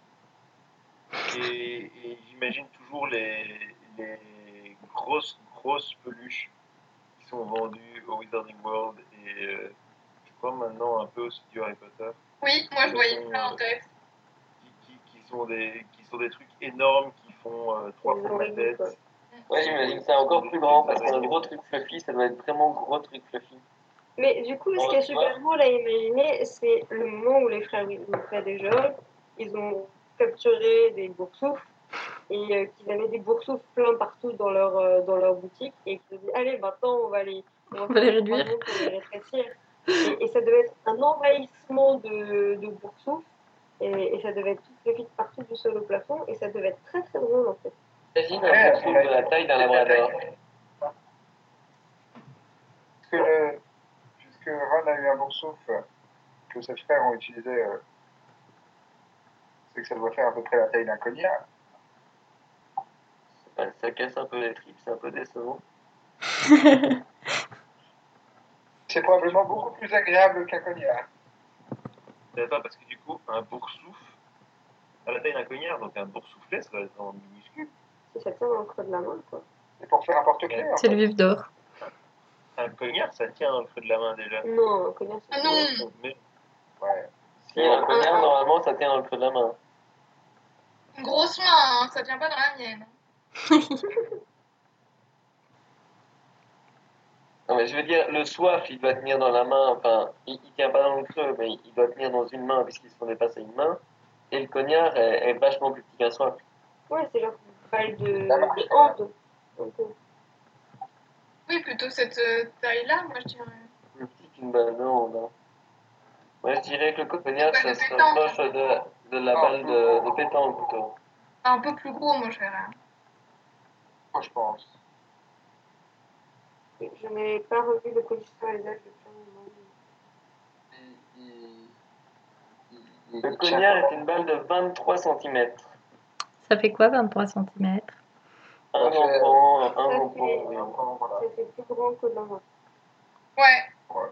Et j'imagine toujours les grosses peluches qui sont vendues au Wizarding World et je crois maintenant un peu au studio Harry Potter. Oui, moi je voyais ça en tête. Qui sont des trucs énormes qui font 3 fois ma tête. Ouais, j'imagine ça encore plus grand parce qu'un gros truc fluffy, ça doit être vraiment gros truc fluffy. Mais du coup, ce qui est super drôle à imaginer, c'est le moment où les frères des jeunes, ils ont capturé des boursoufles et qu'ils avaient des boursoufles plein partout dans leur boutique et qu'ils ont dit allez, maintenant on va les réduire pour les rétrécir. Et ça devait être un envahissement de boursoufles et ça devait être tout fait vite partout du sol au plafond et ça devait être très très drôle en fait. Imagine un boursoufle de la taille d'un labrador. on a eu un boursoufle que ses frères ont utilisé, c'est que ça doit faire à peu près la taille d'un cognard. Ouais, ça casse un peu les tripes, c'est un peu décevant. C'est probablement beaucoup plus agréable qu'un cognard. Attends, parce que du coup, un boursoufle, à la taille d'un cognard, donc un boursouflet, ça va être en minuscule. Si ça tient dans le creux de la main, quoi. Et pour faire un porte-clés, en C'est le fait. vif d'or. Un cognard, ça tient dans le creux de la main déjà. Non, un cognard, c'est Ah pas non. ça. Mais Ouais. Si, un cognard, normalement, ça tient dans le creux de la main. Une grosse main, hein, ça tient pas dans la mienne. Non, mais je veux dire, le soif, il doit tenir dans la main, enfin, il tient pas dans le creux, mais il doit tenir dans une main puisqu'ils se font dépasser une main. Et le cognard est vachement plus petit qu'un soif. Ouais, c'est genre une balle Ça marche. de hand. Donc, Oui, plutôt cette taille-là, moi je dirais. Plus petit qu'une balle de hand. Hein. Moi, je dirais que le cognard, Balle ça de se pétanque. rapproche de la balle de pétanque plutôt. Un peu plus gros, moi je verrais. Moi, je pense. je n'ai pas revu le conditionnement à l'usage depuis un moment. Le cognard est une balle de 23 cm. Ça fait quoi, 23 cm? Un Ça fait- enfant, un Ça enfant. fait- Oui. Voilà. Ça fait plus grand que la main. Ouais.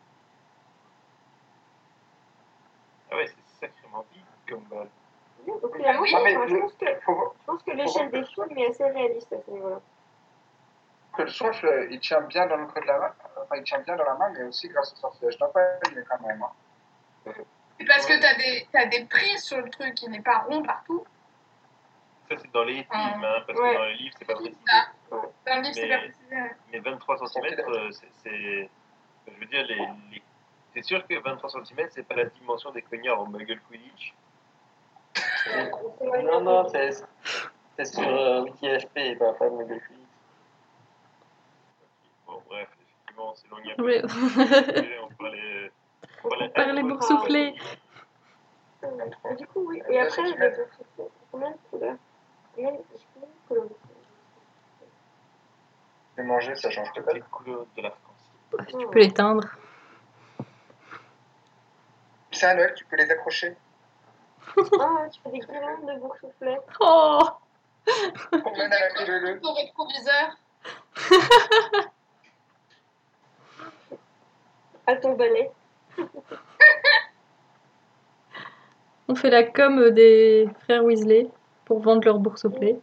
ah ouais, c'est sacrément vite comme balle. Donc finalement, Oui. Non, mais enfin, faut je pense que l'échelle des films est assez réaliste à ce niveau-là. que le souffle, il tient bien dans le creux de la main. Enfin, il tient bien dans la main, mais aussi grâce au sortilège d'Ampel, quand même. Hein. C'est parce que t'as des prises sur le truc qui n'est pas rond partout. Ça, c'est dans les films, hein, parce Ouais. que dans les livres, c'est pas précisé. Dans le livre, c'est pas précisé. Mais 23 cm, c'est. Je veux dire, c'est sûr que 23 cm, c'est pas la dimension des cognards au Muggle Quidditch. Non, c'est sur WikiHP et pas de Muggle Quidditch. Bon, bref, effectivement, c'est éloigné un Oui. peu. On parlait Par les boursouflés. Et du coup, oui. Et après, le boursouflé, combien de couleurs? Combien de couleurs? Et manger, ça change les peut-être. couleurs de l'arc-en-ciel. Tu peux l'éteindre. C'est à Noël, tu peux les accrocher. Ah, tu fais des guirlandes de boursouflés. Oh! On mène à la pilule. Ton rétroviseur. À ton balai. On fait la com des frères Weasley pour vendre leur boursouflé.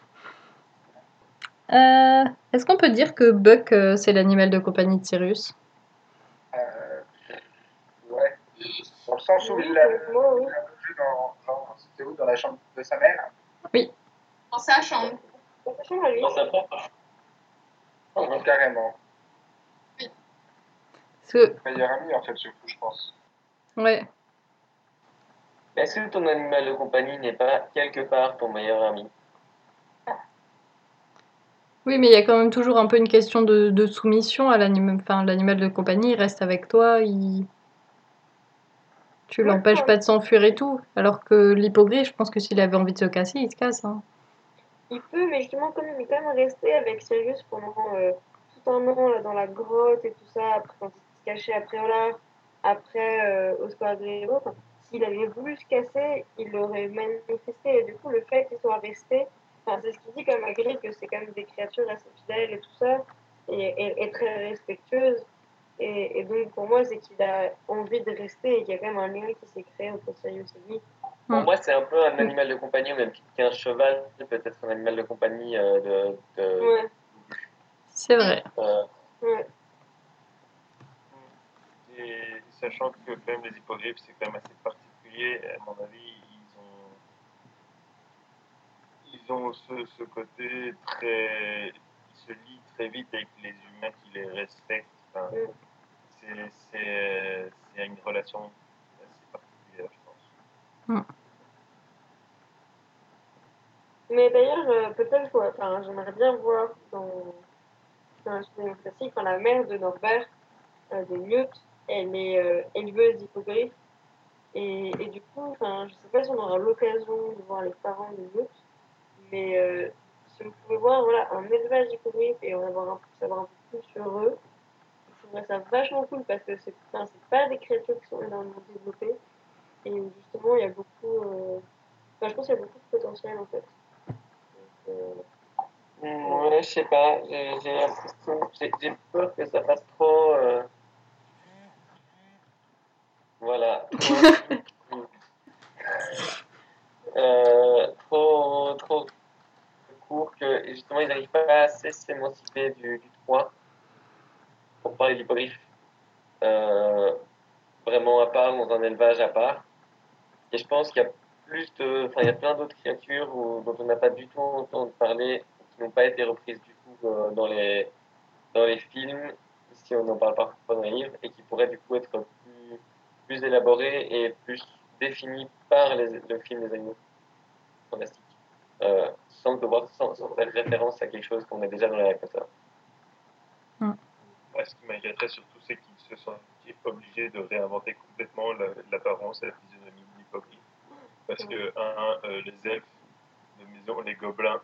Est-ce qu'on peut dire que Buck, c'est l'animal de compagnie de Sirius? Ouais. Dans le sens où Oui, il l'a moi, oui. vu c'était où, dans la chambre de sa mère. Dans sa chambre. Dans sa chambre à lui. Dans sa propre. Carrément. Parce que, Meilleur ami, en fait, surtout, je pense. ouais. Est-ce que ton animal de compagnie n'est pas quelque part ton meilleur ami? Oui, mais il y a quand même toujours un peu une question de soumission à l'animal. Enfin, l'animal de compagnie, il reste avec toi, tu Ouais, l'empêches ouais. pas de s'enfuir et tout. Alors que l'hippogriffe, je pense que s'il avait envie de se casser, il se casse. Hein. Il peut, mais justement, comme il est quand même resté avec Sirius pendant tout un an là, dans la grotte et tout ça, après quand il se cachait après Olar, après au Square Grégo, enfin, s'il avait voulu se casser, il l'aurait manifesté. Et du coup, le fait qu'il soit resté, enfin, c'est ce qu'il dit quand même à Gris, que c'est quand même des créatures assez fidèles et tout ça, et très respectueuses. Et donc, pour moi, c'est qu'il a envie de rester et qu'il y a quand même un lien qui s'est créé entre Sirius et lui. Pour Mm. moi, c'est un peu un animal de compagnie, au même titre qu'un cheval, peut-être un animal de compagnie Ouais, C'est vrai. ouais. Et sachant que quand même les hippogriffes, c'est quand même assez particulier, à mon avis, ils ont ce côté très. Ils se lient très vite avec les humains qui les respectent. Enfin, c'est une relation assez particulière, je pense. Mais d'ailleurs, peut-être, ouais, enfin, j'aimerais bien voir dans un film classique, quand la mère de Norbert, de Newt, elle est éleveuse d'hippogriffes. Et du coup, enfin, je sais pas si on aura l'occasion de voir les parents de Newt, mais si on pouvait voir voilà, un élevage d'hippogriffes et en savoir un peu plus sur eux, trouverais ça vachement cool parce que c'est pas des créatures qui sont énormément développées. Et justement, il y a beaucoup. Je pense qu'il y a beaucoup de potentiel en fait. Donc, Ouais, je sais pas, j'ai l'impression, j'ai peur que ça fasse trop. Voilà, trop court que justement ils n'arrivent pas assez à s'émanciper du 3 pour parler d'hippogriffe vraiment à part, dans un élevage à part. Et je pense qu'il y a il y a plein d'autres créatures dont on n'a pas du tout entendu parler, qui n'ont pas été reprises du tout dans les films, si on n'en parle pas dans les livres, et qui pourraient du coup être plus élaborées et plus définies par le film des animaux fantastiques, sans faire référence à quelque chose qu'on a déjà dans les Harry Potter. Moi, ce qui m'inquiéterait surtout, c'est qu'ils se sont obligés de réinventer complètement l'apparence et la physionomie de l'hippogriffe. Parce que, les elfes de maison, les gobelins,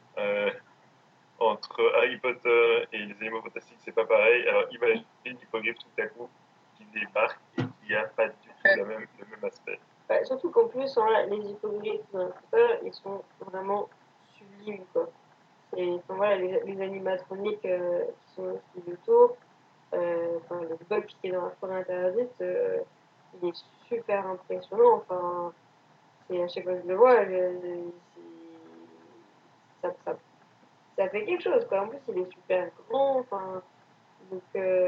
entre Harry Potter et les animaux fantastiques, c'est pas pareil. Alors imagine l'hippogriffe tout à coup qui débarque et qui a pas du tout le même aspect. Surtout qu'en plus, hein, les hippogriffes dans Harry Potter, ils sont vraiment sublimes, quoi. Voilà, les animatroniques qui sont aussi autour, le bug qui est dans la forêt interdite, il est super impressionnant. Enfin, à chaque fois que je le vois, ça fait quelque chose, quoi. En plus, il est super grand. Enfin, donc,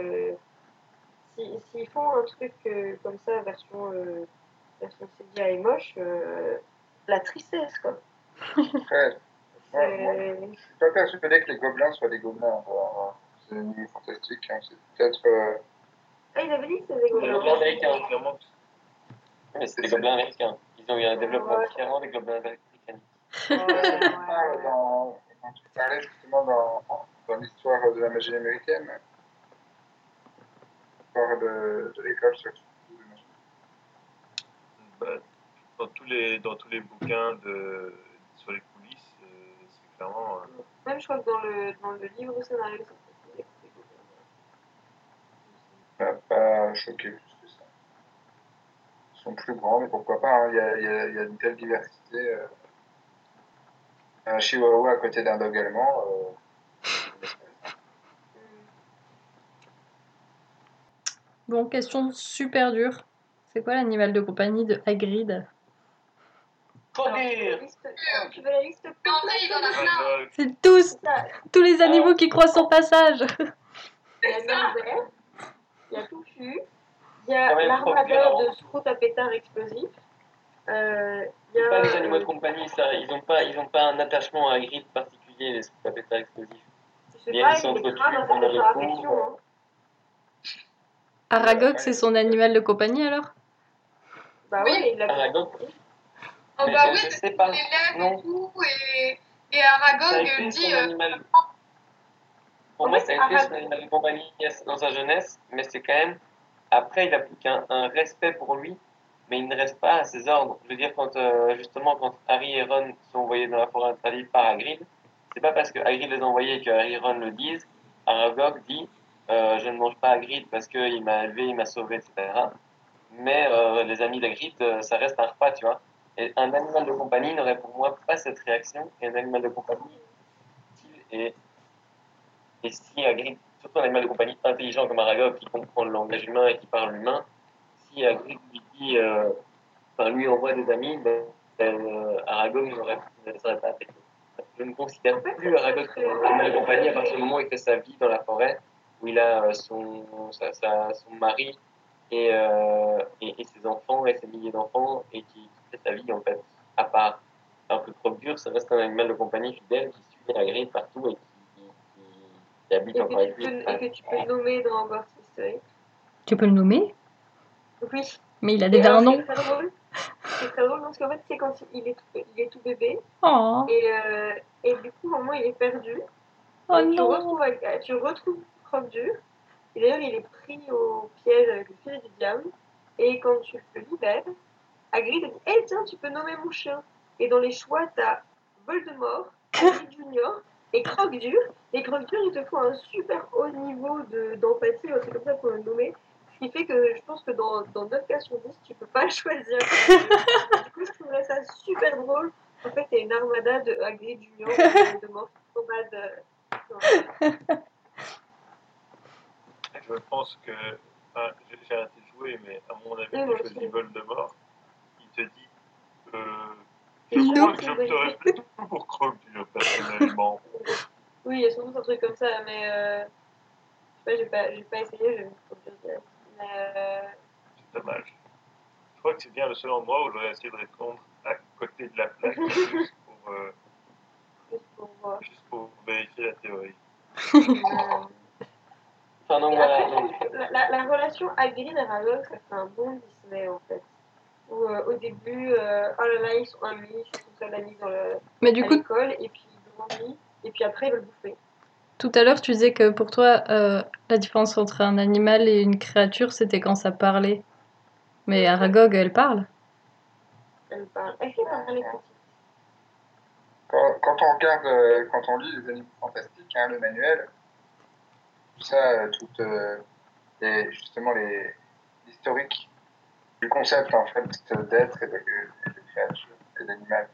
s'ils font un truc comme ça, version CGI moche, la tristesse, quoi. Ouais. Je suis pas persuadé que les gobelins soient des gobelins. C'est un animal fantastique. Hein. C'est peut-être. Il avait dit que c'était des Les gobelins. gobelins américains. Clairement, Mais c'est des gobelins américains. Ils ont eu un développement différent des gobelins britanniques. Quand tu parlais justement dans l'histoire de la magie américaine, l'histoire de l'école sur de magie. dans tous les bouquins sur les coulisses, c'est clairement. Même, je crois que dans le livre scénario, c'est des gobelins. Pas choqué plus que ça. Ils sont plus grands, mais pourquoi pas. Hein. Il y a une telle diversité. Un chihuahua à côté d'un dog allemand. Bon, question super dure. C'est quoi l'animal de compagnie de Hagrid? Trop dur! Tu veux la liste complète? Il y en a plein. C'est tous les animaux qui croisent son passage. Il y a Norbert, il y a Touffu, il y a l'armada de Sprout à pétard explosif. Il y a pas des animaux de compagnie, ça. Ils ont pas un attachement à Hagrid particulier, les sapétards explosifs. Je sais pas, il est grave dans cette affection. Aragog, c'est son animal de compagnie alors? Bah oui, il l'a Aragog. Oh Mais bah oui, je parce sais qu'il pas. l'élève Non. et tout, et Ça a Aragog été dit... son animal. Pour moi, ça a été son animal de compagnie dans sa jeunesse, mais c'est quand même. Après, il a plus qu'un respect pour lui, mais il ne reste pas à ses ordres. Je veux dire, justement, quand Harry et Ron sont envoyés dans la forêt interdite par Hagrid, c'est pas parce que Hagrid les a envoyés que Harry et Ron le disent. Aragog dit je ne mange pas Hagrid parce qu'il m'a élevé, il m'a sauvé, etc. Mais les amis d'Hagrid, ça reste un repas, tu vois. Et un animal de compagnie n'aurait pour moi pas cette réaction. Et un animal de compagnie, et si Hagrid, surtout un animal de compagnie intelligent comme Aragog qui comprend le langage humain et qui parle humain, si Hagrid lui dit, lui envoie des amis, Aragog ne serait pas attaqué. Je ne considère plus Aragog comme un animal de compagnie à partir du moment où il fait sa vie dans la forêt, où il a son mari et ses enfants et ses milliers d'enfants et qui fait sa vie en fait à part. Alors que Croque-Dur, ça reste un animal de compagnie fidèle qui suit Hagrid partout et qui habite encore avec lui. Et que tu peux nommer dans Hogwarts Mystery. Tu peux le nommer? Oui. Mais il a déjà un nom. C'est très drôle parce qu'en fait, c'est quand il est tout bébé. Oh. Et du coup, au moment, il est perdu. Oh et non. tu retrouves Croque-Dur. Et d'ailleurs, il est pris au piège avec le fil du diable. Et quand tu le libères, Hagrid te dit hey, tiens, tu peux nommer mon chien. Et dans les choix, t'as Voldemort, Hagrid Junior et Croque-Dur. Et Croque-Dur, il te faut un super haut niveau d'empathie, c'est comme ça qu'on le nommer. Ce qui fait que je pense que dans 9 cas sur 10, tu peux pas le choisir. Du coup, je trouverais ça super drôle. En fait, il y a une armada de Hagrid Junior de morts nomades. Je pense que. Enfin, j'ai arrêté de jouer, mais à mon avis, Oui, tu moi choisis aussi. Voldemort. Il te dit. Il Je crois nous que faut j'opterais plutôt pour Croque-Dur, personnellement. Oui, il y a sans doute un truc comme ça, mais je sais pas, j'ai pas essayé, je vais me dire. Mais C'est dommage. Je crois que c'est bien le seul endroit où j'aurais essayé de répondre à côté de la plaque, juste pour voir. vérifier la théorie. Enfin, donc Et voilà. après, je trouve que la relation Hagrid et Aragog, ça fait un bon Disney en fait. Où au début, oh là là, ils sont amis, ils sont seuls amis Mais du à coup, l'école, et puis ils grandissent, et puis après ils veulent bouffer. tout à l'heure, tu disais que pour toi, la différence entre un animal et une créature, c'était quand ça parlait. Mais Aragog, elle parle. Elle parle. Est-ce qu'elle parle les petits? Quand on regarde, quand on lit les animaux fantastiques, le manuel, tout ça, justement l'historique du concept en fait d'être et de créature et d'animal.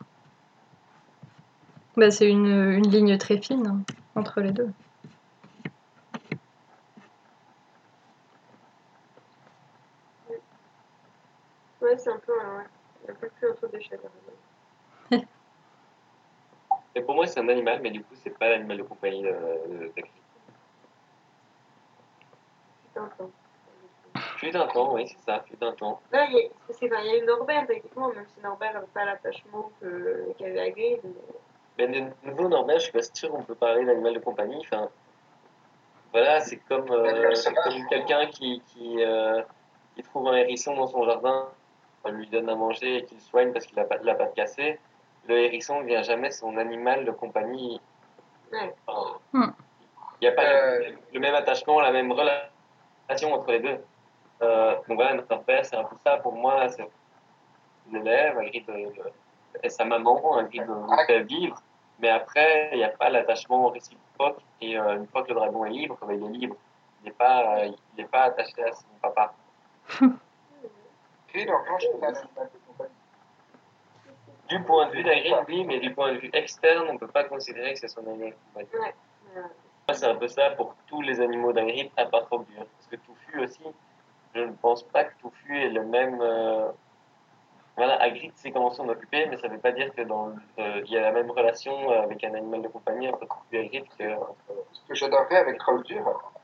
Bah, c'est une ligne très fine hein, entre les deux. Ouais, c'est un peu plus entre deux chefs. Et pour moi, c'est un animal, mais du coup, c'est pas l'animal de compagnie d'Hagrid. Putain, attends. Fut un temps, oui, c'est ça, fut un temps. Là, il y a eu Norbert, techniquement, même si Norbert n'avait pas l'attachement qu'avait Hagrid. Mais de nouveau, Norbert, je suis pas sûr qu'on peut parler d'animal de compagnie. Enfin, voilà, c'est comme quelqu'un qui trouve un hérisson dans son jardin, on lui donne à manger et qu'il soigne parce qu'il a pas de cassée. Le hérisson ne devient jamais son animal de compagnie. Ouais. Enfin, Hmm. il n'y a pas le même attachement, la même relation entre les deux. Donc voilà, notre père, c'est un peu ça. Pour moi, c'est l'élève, et sa maman, Hagrid le fait vivre. Mais après, il n'y a pas l'attachement réciproque. Et une fois que le dragon est libre, il est libre. Il n'est pas attaché à son papa. Gris, en revanche, c'est un animal de compagnie. Du point de vue d'Hagrid, oui, mais du point de vue externe, on ne peut pas considérer que c'est son animal de compagnie. Ouais. C'est un peu ça pour tous les animaux d'Hagrid, à part Croque-Dur. Parce que Touffu aussi, je ne pense pas que Touffu est le même. Voilà, Hagrid sait comment s'en occuper, mais ça ne veut pas dire que il y a la même relation avec un animal de compagnie entre Touffu et Hagrid que Ce que j'adorerais avec Croque-Dur,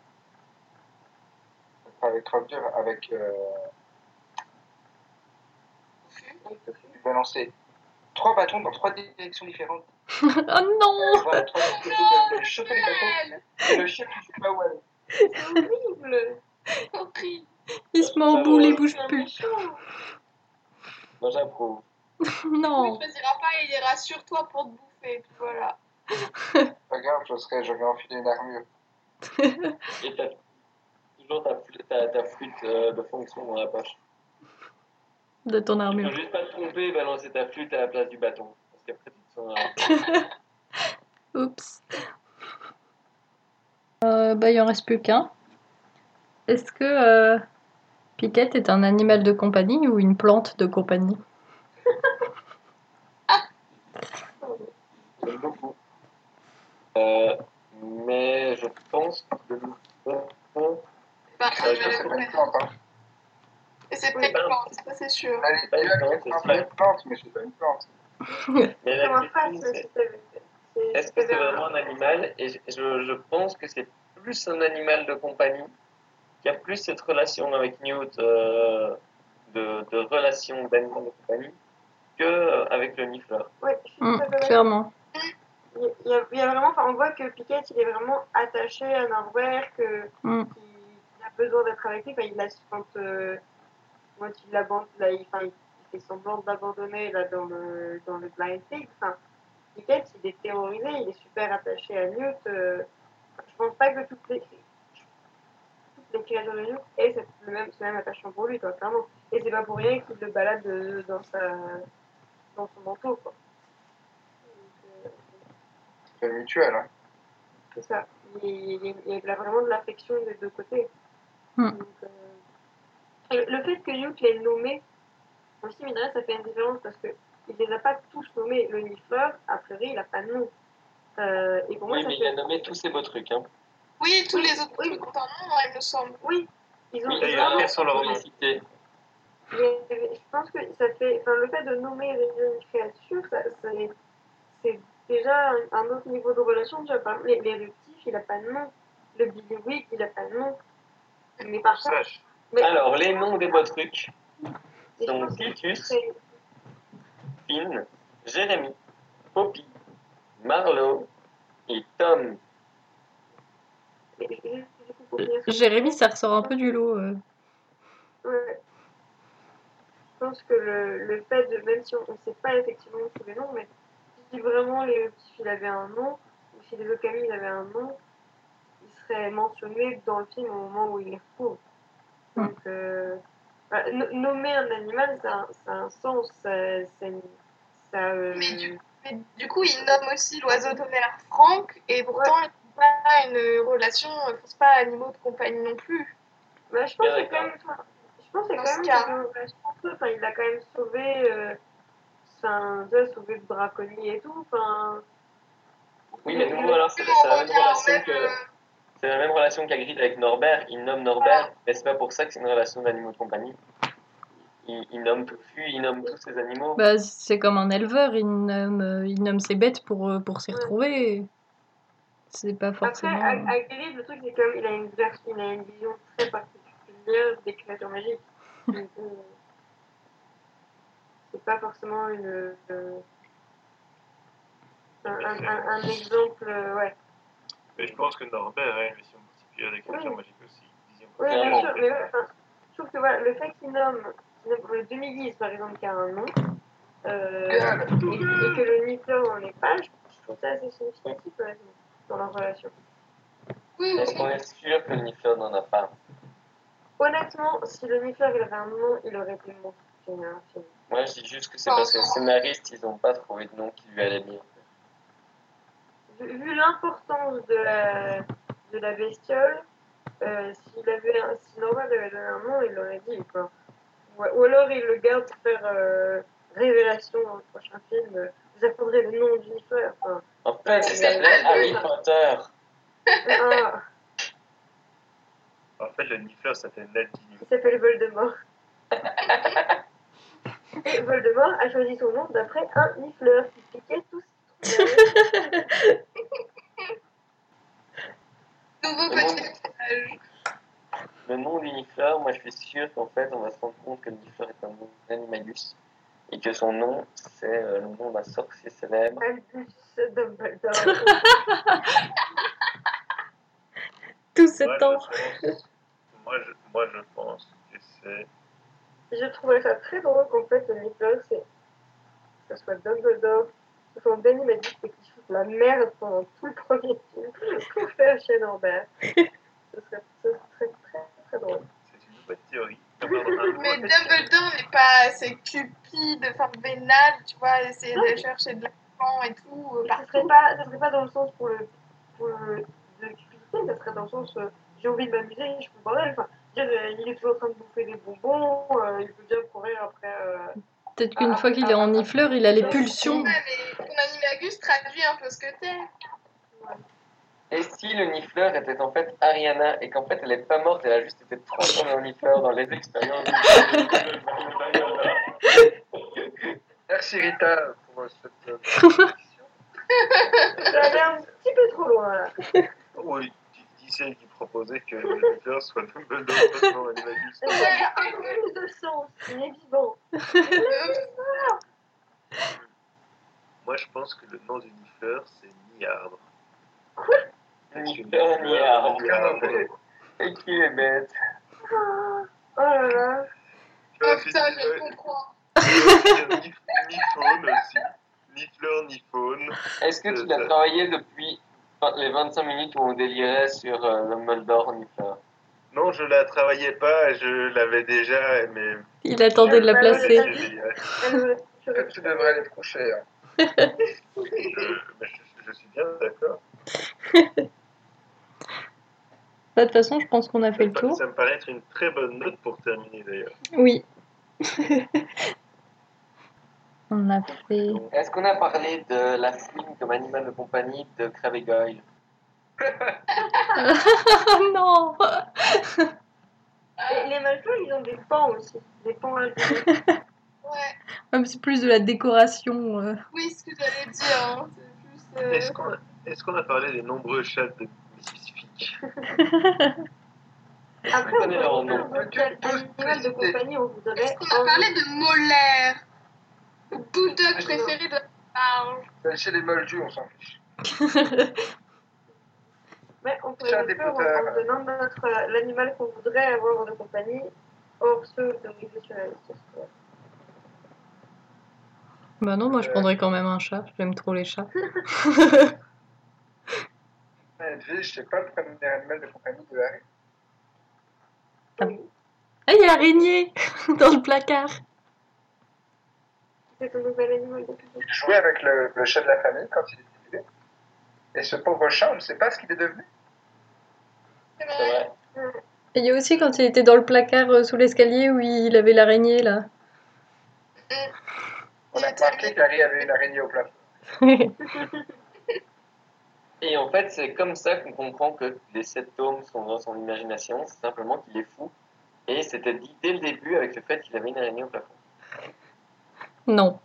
tu vas lancer 3 bâtons dans 3 directions différentes. Oh non! Tu vois, 3 directions, tu choper les bâtons, et le chien qui joue pas où aller. C'est horrible! Horrible. Il se met en boule, il bouge plus. Méchant. Moi, j'approuve. Du coup, il Non! ne choisira pas et il ira sur toi pour te bouffer. Puis voilà. Pas grave, j'aurais enfilé une armure. Et t'as toujours ta flûte de fonction dans la poche. De ton Tu armure. peux juste pas te tromper et balancer ta flûte à la place du bâton. Parce qu'après, tu te sens. Oups. Bah, il en reste plus qu'un. Est-ce que Piquette est un animal de compagnie ou une plante de compagnie? J'aime beaucoup. Mais je pense que Pas C'est pas une plante, hein. Et c'est pas une plante, ça c'est sûr. Elle est une plante, mais c'est pas une plante. Mais la Comme un question, phasme, c'est si t'avais fait. est-ce que c'est vraiment un animal? Et je pense que c'est plus un animal de compagnie qui a plus cette relation avec Newt de relation d'animal de compagnie que avec le Nifleur. Ouais, je suis tout à fait d'accord. Clairement. Il y a vraiment, enfin, on voit que Piquet, il est vraiment attaché à Norbert, qu'il a besoin d'être avec lui. Enfin, quand il l'abandonne, il fait semblant de l'abandonner là dans le Blind Pig. Enfin, Piquet, il est terrorisé, il est super attaché à Newt. Je pense pas que toutes les créatures de Newt aient ce même attachement pour lui, quoi, clairement. Et c'est pas pour rien qu'il le balade dans son manteau, quoi. Donc, C'est mutuel. Hein. C'est ça. Il y a vraiment de l'affection des deux côtés. Mm. Donc, et le fait que Hugh l'ait nommé, aussi, mine de rien, ça fait une différence parce qu'il ne les a pas tous nommés. Le Nifleur, a priori, il n'a pas de nom. Et pour moi, Oui, ça mais fait... il a nommé tous ces beaux trucs. Hein. Oui, tous Oui, les autres oui. trucs ont un nom, il me semble. Oui, ils ont... Oui, Et il après, a sur leur tous nom. les cités. Je pense que ça fait... Enfin, le fait de nommer une créature, c'est déjà un autre niveau de relation. Déjà, par exemple, l'éruptif, il n'a pas de nom. Le Billywick, il n'a pas de nom. Mais par contre... Sage. Mais, Alors, les noms des beaux trucs mais je sont pense que Titus, c'est- Finn, Jérémy, Poppy, Marlowe et Tom. mais du coup, pour finir sur- Jérémy, ça ressort un peu du lot. Ouais. Je pense que le fait de, même si on ne sait pas effectivement tous les noms, mais si vraiment les petits il avait un nom, ou si les Okami il avait un nom, il serait mentionné dans le film au moment où il les retrouve. Donc, voilà, nommer un animal, ça a un sens. Mais Du coup, il nomme aussi l'oiseau d'Homère Franck, et pourtant, ils n'ont pas une relation, c'est pas animaux de compagnie non plus. bah, je pense que c'est quand même. Je pense que c'est Dans quand ce même cas. une relation entre eux. Enfin, il a quand même sauvé. Déjà sauvé le braconnier et tout. Enfin. Oui, mais nous, alors, c'est la même relation que. C'est la même relation qu'Hagrid avec Norbert. Il nomme Norbert, mais c'est pas pour ça que c'est une relation d'animaux de compagnie. Il nomme Tofu, il nomme tous ces animaux. Bah, c'est comme un éleveur, il nomme ses bêtes pour s'y retrouver. C'est pas Après, forcément. Hagrid, le truc, c'est qu'il a une vision très particulière des créatures magiques. Donc, c'est pas forcément un exemple. Ouais. Mais je pense que Norbert a une vision particulière des créatures Oui. magiques aussi. Oui, bien Clairement. sûr. Mais ouais, enfin, je trouve que voilà, le fait qu'il nomme le demi-guise, par exemple, qui a un nom, et que le Nifleur n'en ait pas, je trouve ça assez significatif honnêtement, dans leur relation. Oui, Est-ce qu'on est sûr que le Nifleur n'en a pas? Honnêtement, si le Nifleur il avait un nom, il aurait été mentionné un film. Moi, je dis juste que c'est parce que les scénaristes, ils n'ont pas trouvé de nom qui lui allait bien. Vu l'importance de la bestiole, si Norman avait donné un nom, il l'aurait dit, quoi. Ou alors il le garde pour faire révélation dans le prochain film. Vous apprendrez le nom du Nifleur. Enfin, En fait, ça s'appelait Harry Potter. ah, En fait, le Nifleur s'appelle Nagini. il s'appelle Voldemort. Et Voldemort a choisi son nom d'après un Nifleur qui piquait tout ce qu'il trouvait. nouveau Le nom- petit personnage. Le nom du Nifleur, moi je suis sûr qu'en fait on va se rendre compte que le Nifleur est un nom d'animalus et que son nom c'est le nom d'un sorcier célèbre. Albus Dumbledore. Tout ce Moi, temps. je pense que c'est. Je trouverais ça très drôle qu'en fait le Nifleur, que ce soit Dumbledore, que ce soit Danny Magic et qu'il foute la merde pendant tout le premier film pour faire chez Norbert. Ce serait très très drôle. C'est une bonne théorie. Mais Dumbledore n'est pas assez cupide, enfin vénal, tu vois, essayer de chercher de l'argent et tout. Ça serait pas dans le sens de cupidité, ça serait dans le sens j'ai envie de m'amuser, je fous le bordel. Enfin, il est toujours en train de bouffer des bonbons, il peut bien courir après. Peut-être qu'une fois qu'il est en Nifleur, il a les pulsions. Ouais, mais ton animagus traduit un peu ce que t'es. Et si le Nifleur était en fait Ariana et qu'en fait elle n'est pas morte, elle a juste été transformée en Nifleur dans les expériences de Merci Rita pour cette proposition. Ça a l'air un petit peu trop loin là. Oui, qui c'est qui proposait que le Nifleur soit Dumbledore passant Animagus. Ça a un peu plus de sens, il est vivant. Moi, je pense que le nom du Nifleur, c'est Niarbre. Nifleur ni arbre. Niarbre. Et qui est bête. Oh là là. Oh putain, je comprends. Nifaune aussi. Ni fleur, ni faune. Est-ce que tu l'as travaillé depuis les 25 minutes où on délirait sur Dumbledore Nifleur? Non, je la travaillais pas, je l'avais déjà, mais Il attendait de la placer. Tu devrais aller te coucher. Hein. je suis bien d'accord. De toute façon, je pense qu'on a fait le tour. Ça me paraît être une très bonne note pour terminer d'ailleurs. Oui. On a fait... Donc, Est-ce qu'on a parlé de la fouine comme animal de compagnie de Crabbe et Goyle? non. Et les malfaux, ils ont des pans aussi. Des pans alpinés. Ouais, Même c'est plus de la décoration. oui, ce que j'allais dire. Hein. C'est juste. est-ce qu'on a parlé des nombreux chats de Mississippi? Après, Donnez leur nom. quel animal de compagnie on voudrait Est-ce qu'on a parlé de molaire? Le bulldog préféré de Marge. Chez les moldus, on s'en fiche. Mais on pourrait Chat le des faire poteurs. en donnant l'animal qu'on voudrait avoir de compagnie, hors ceux autorisés sur la liste. Bah non, moi je prendrais quand même un chat. J'aime trop les chats. Edwige, c'est pas le premier animal de compagnie de Harry. Ah, il y a l'araignée dans le placard. C'est ton nouvel animal de compagnie. Il jouait avec le chat de la famille quand il était bébé. Et ce pauvre chat, on ne sait pas ce qu'il est devenu. C'est C'est vrai. vrai. Et il y a aussi quand il était dans le placard sous l'escalier où il avait l'araignée là. On a remarqué qu'Harry avait une araignée au plafond. Et en fait, c'est comme ça qu'on comprend que les 7 tomes sont dans son imagination, c'est simplement qu'il est fou. Et c'était dit dès le début avec le fait qu'il avait une araignée au plafond. Non.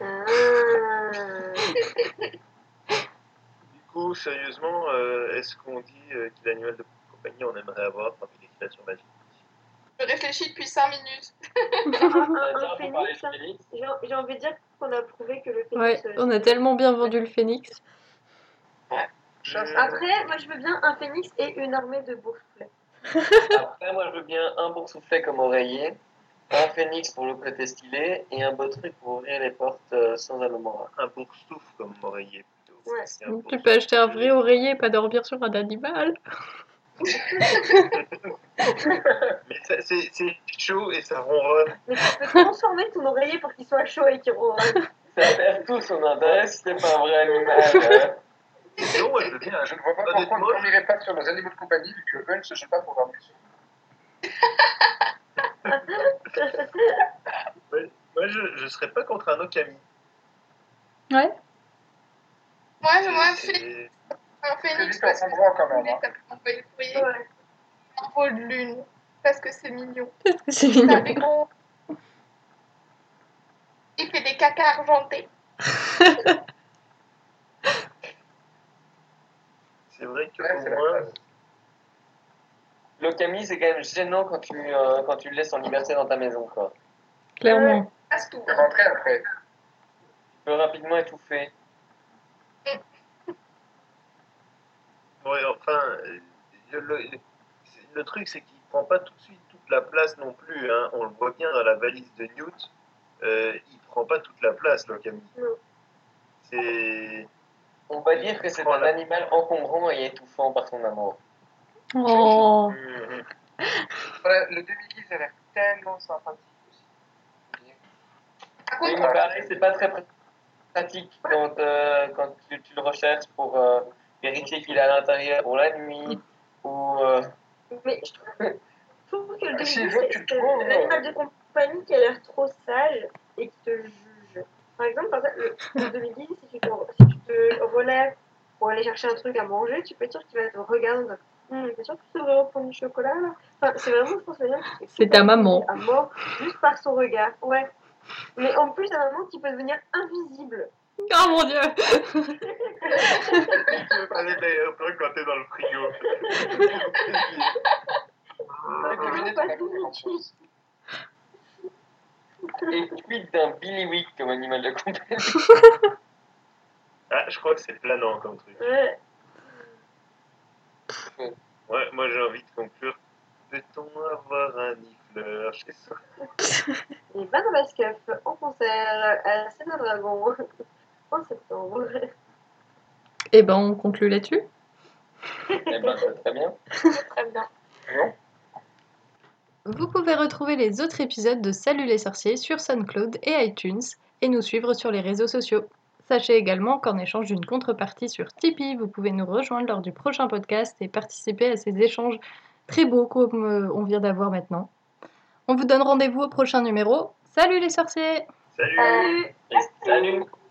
Du coup, sérieusement, est-ce qu'on dit quel animal de compagnie on aimerait avoir parmi les créatures magiques? Je réfléchis depuis 5 minutes. Un phénix, du phénix. j'ai envie de dire qu'on a prouvé que le phénix. Ouais, on a tellement bien vendu le phénix. Après, moi je veux bien un phénix et une armée de bourselets. Après, moi, je veux bien un boursouflet comme oreiller, un phénix pour le côté stylé, et un beau truc pour ouvrir les portes sans Alomora. Un boursoufle comme oreiller plutôt. Ouais. C'est un Donc, tu boursoufle. peux acheter un vrai oreiller et pas dormir sur un animal. Mais c'est chaud et ça ronronne. Mais tu peux transformer ton oreiller pour qu'il soit chaud et qu'il ronronne. Ça perd tout son intérêt si c'est pas un vrai animal. Non, moi je veux bien. Je ne vois pas pourquoi on ne dormirait pas sur nos animaux de compagnie, vu que eux ne se jettent pas pour dormir sur nous. Moi je serais pas contre un okami. Ouais. Moi, j'aimerais un C'est phénix vite parce en que endroit quand même. ça peut envoyer le courrier. Ouais. Un pot de lune parce que c'est mignon. Parce que c'est Ça mignon. des gros. Il fait des caca argentés. C'est vrai que Ouais, pour c'est la moi, classe. L'okami, c'est quand même gênant quand tu le laisses en liberté dans ta maison, quoi. Clairement. Passe tout. Je vais rentrer après. Tu peux rapidement étouffer. ouais, enfin, le truc c'est qu'il prend pas tout de suite toute la place non plus. Hein. On le voit bien dans la valise de Newt. Il prend pas toute la place, l'okami. Non. C'est. On va dire que c'est un animal encombrant et étouffant par son amour. Oh. Voilà, le demi-guise a l'air tellement sympathique aussi. Par Oui, contre, mais pareil, c'est pas très pratique quand tu le recherches pour vérifier qu'il est à l'intérieur pour la nuit ou. Mais je trouve que le Si, demi-guise, je vois que tu le c'est trouves, l'animal de compagnie qui a l'air trop sage et qui te juge. Par exemple, le demi-guise, si tu te relèves pour aller chercher un truc à manger, tu peux être sûr qu'il va te regarder en disant t'es sûr que tu devrais reprendre du chocolat là? Enfin, c'est vraiment, je pense, l'animal qui se fait C'est ta maman. à mort juste par son regard. Ouais. Mais en plus, à un moment, tu peux devenir invisible. Oh mon dieu. Tu veux parler d'ailleurs, toi, quand t'es dans le frigo. Avec le minute, on a beaucoup de choses. Et quid d'un Billywick comme animal de compagnie? Ah, je crois que c'est planant comme truc. Ouais. Ouais, moi j'ai envie de conclure. Peut-on avoir un nifleur chez soi? Et Van Baskeff en concert à Scène Dragon en septembre. Et ben on conclut là-dessus. Eh ben, c'est très bien. très bien. Vous pouvez retrouver les autres épisodes de Salut les sorciers sur SoundCloud et iTunes et nous suivre sur les réseaux sociaux. Sachez également qu'en échange d'une contrepartie sur Tipeee, vous pouvez nous rejoindre lors du prochain podcast et participer à ces échanges très beaux comme on vient d'avoir maintenant. On vous donne rendez-vous au prochain numéro. Salut les sorciers! Salut! Et salut!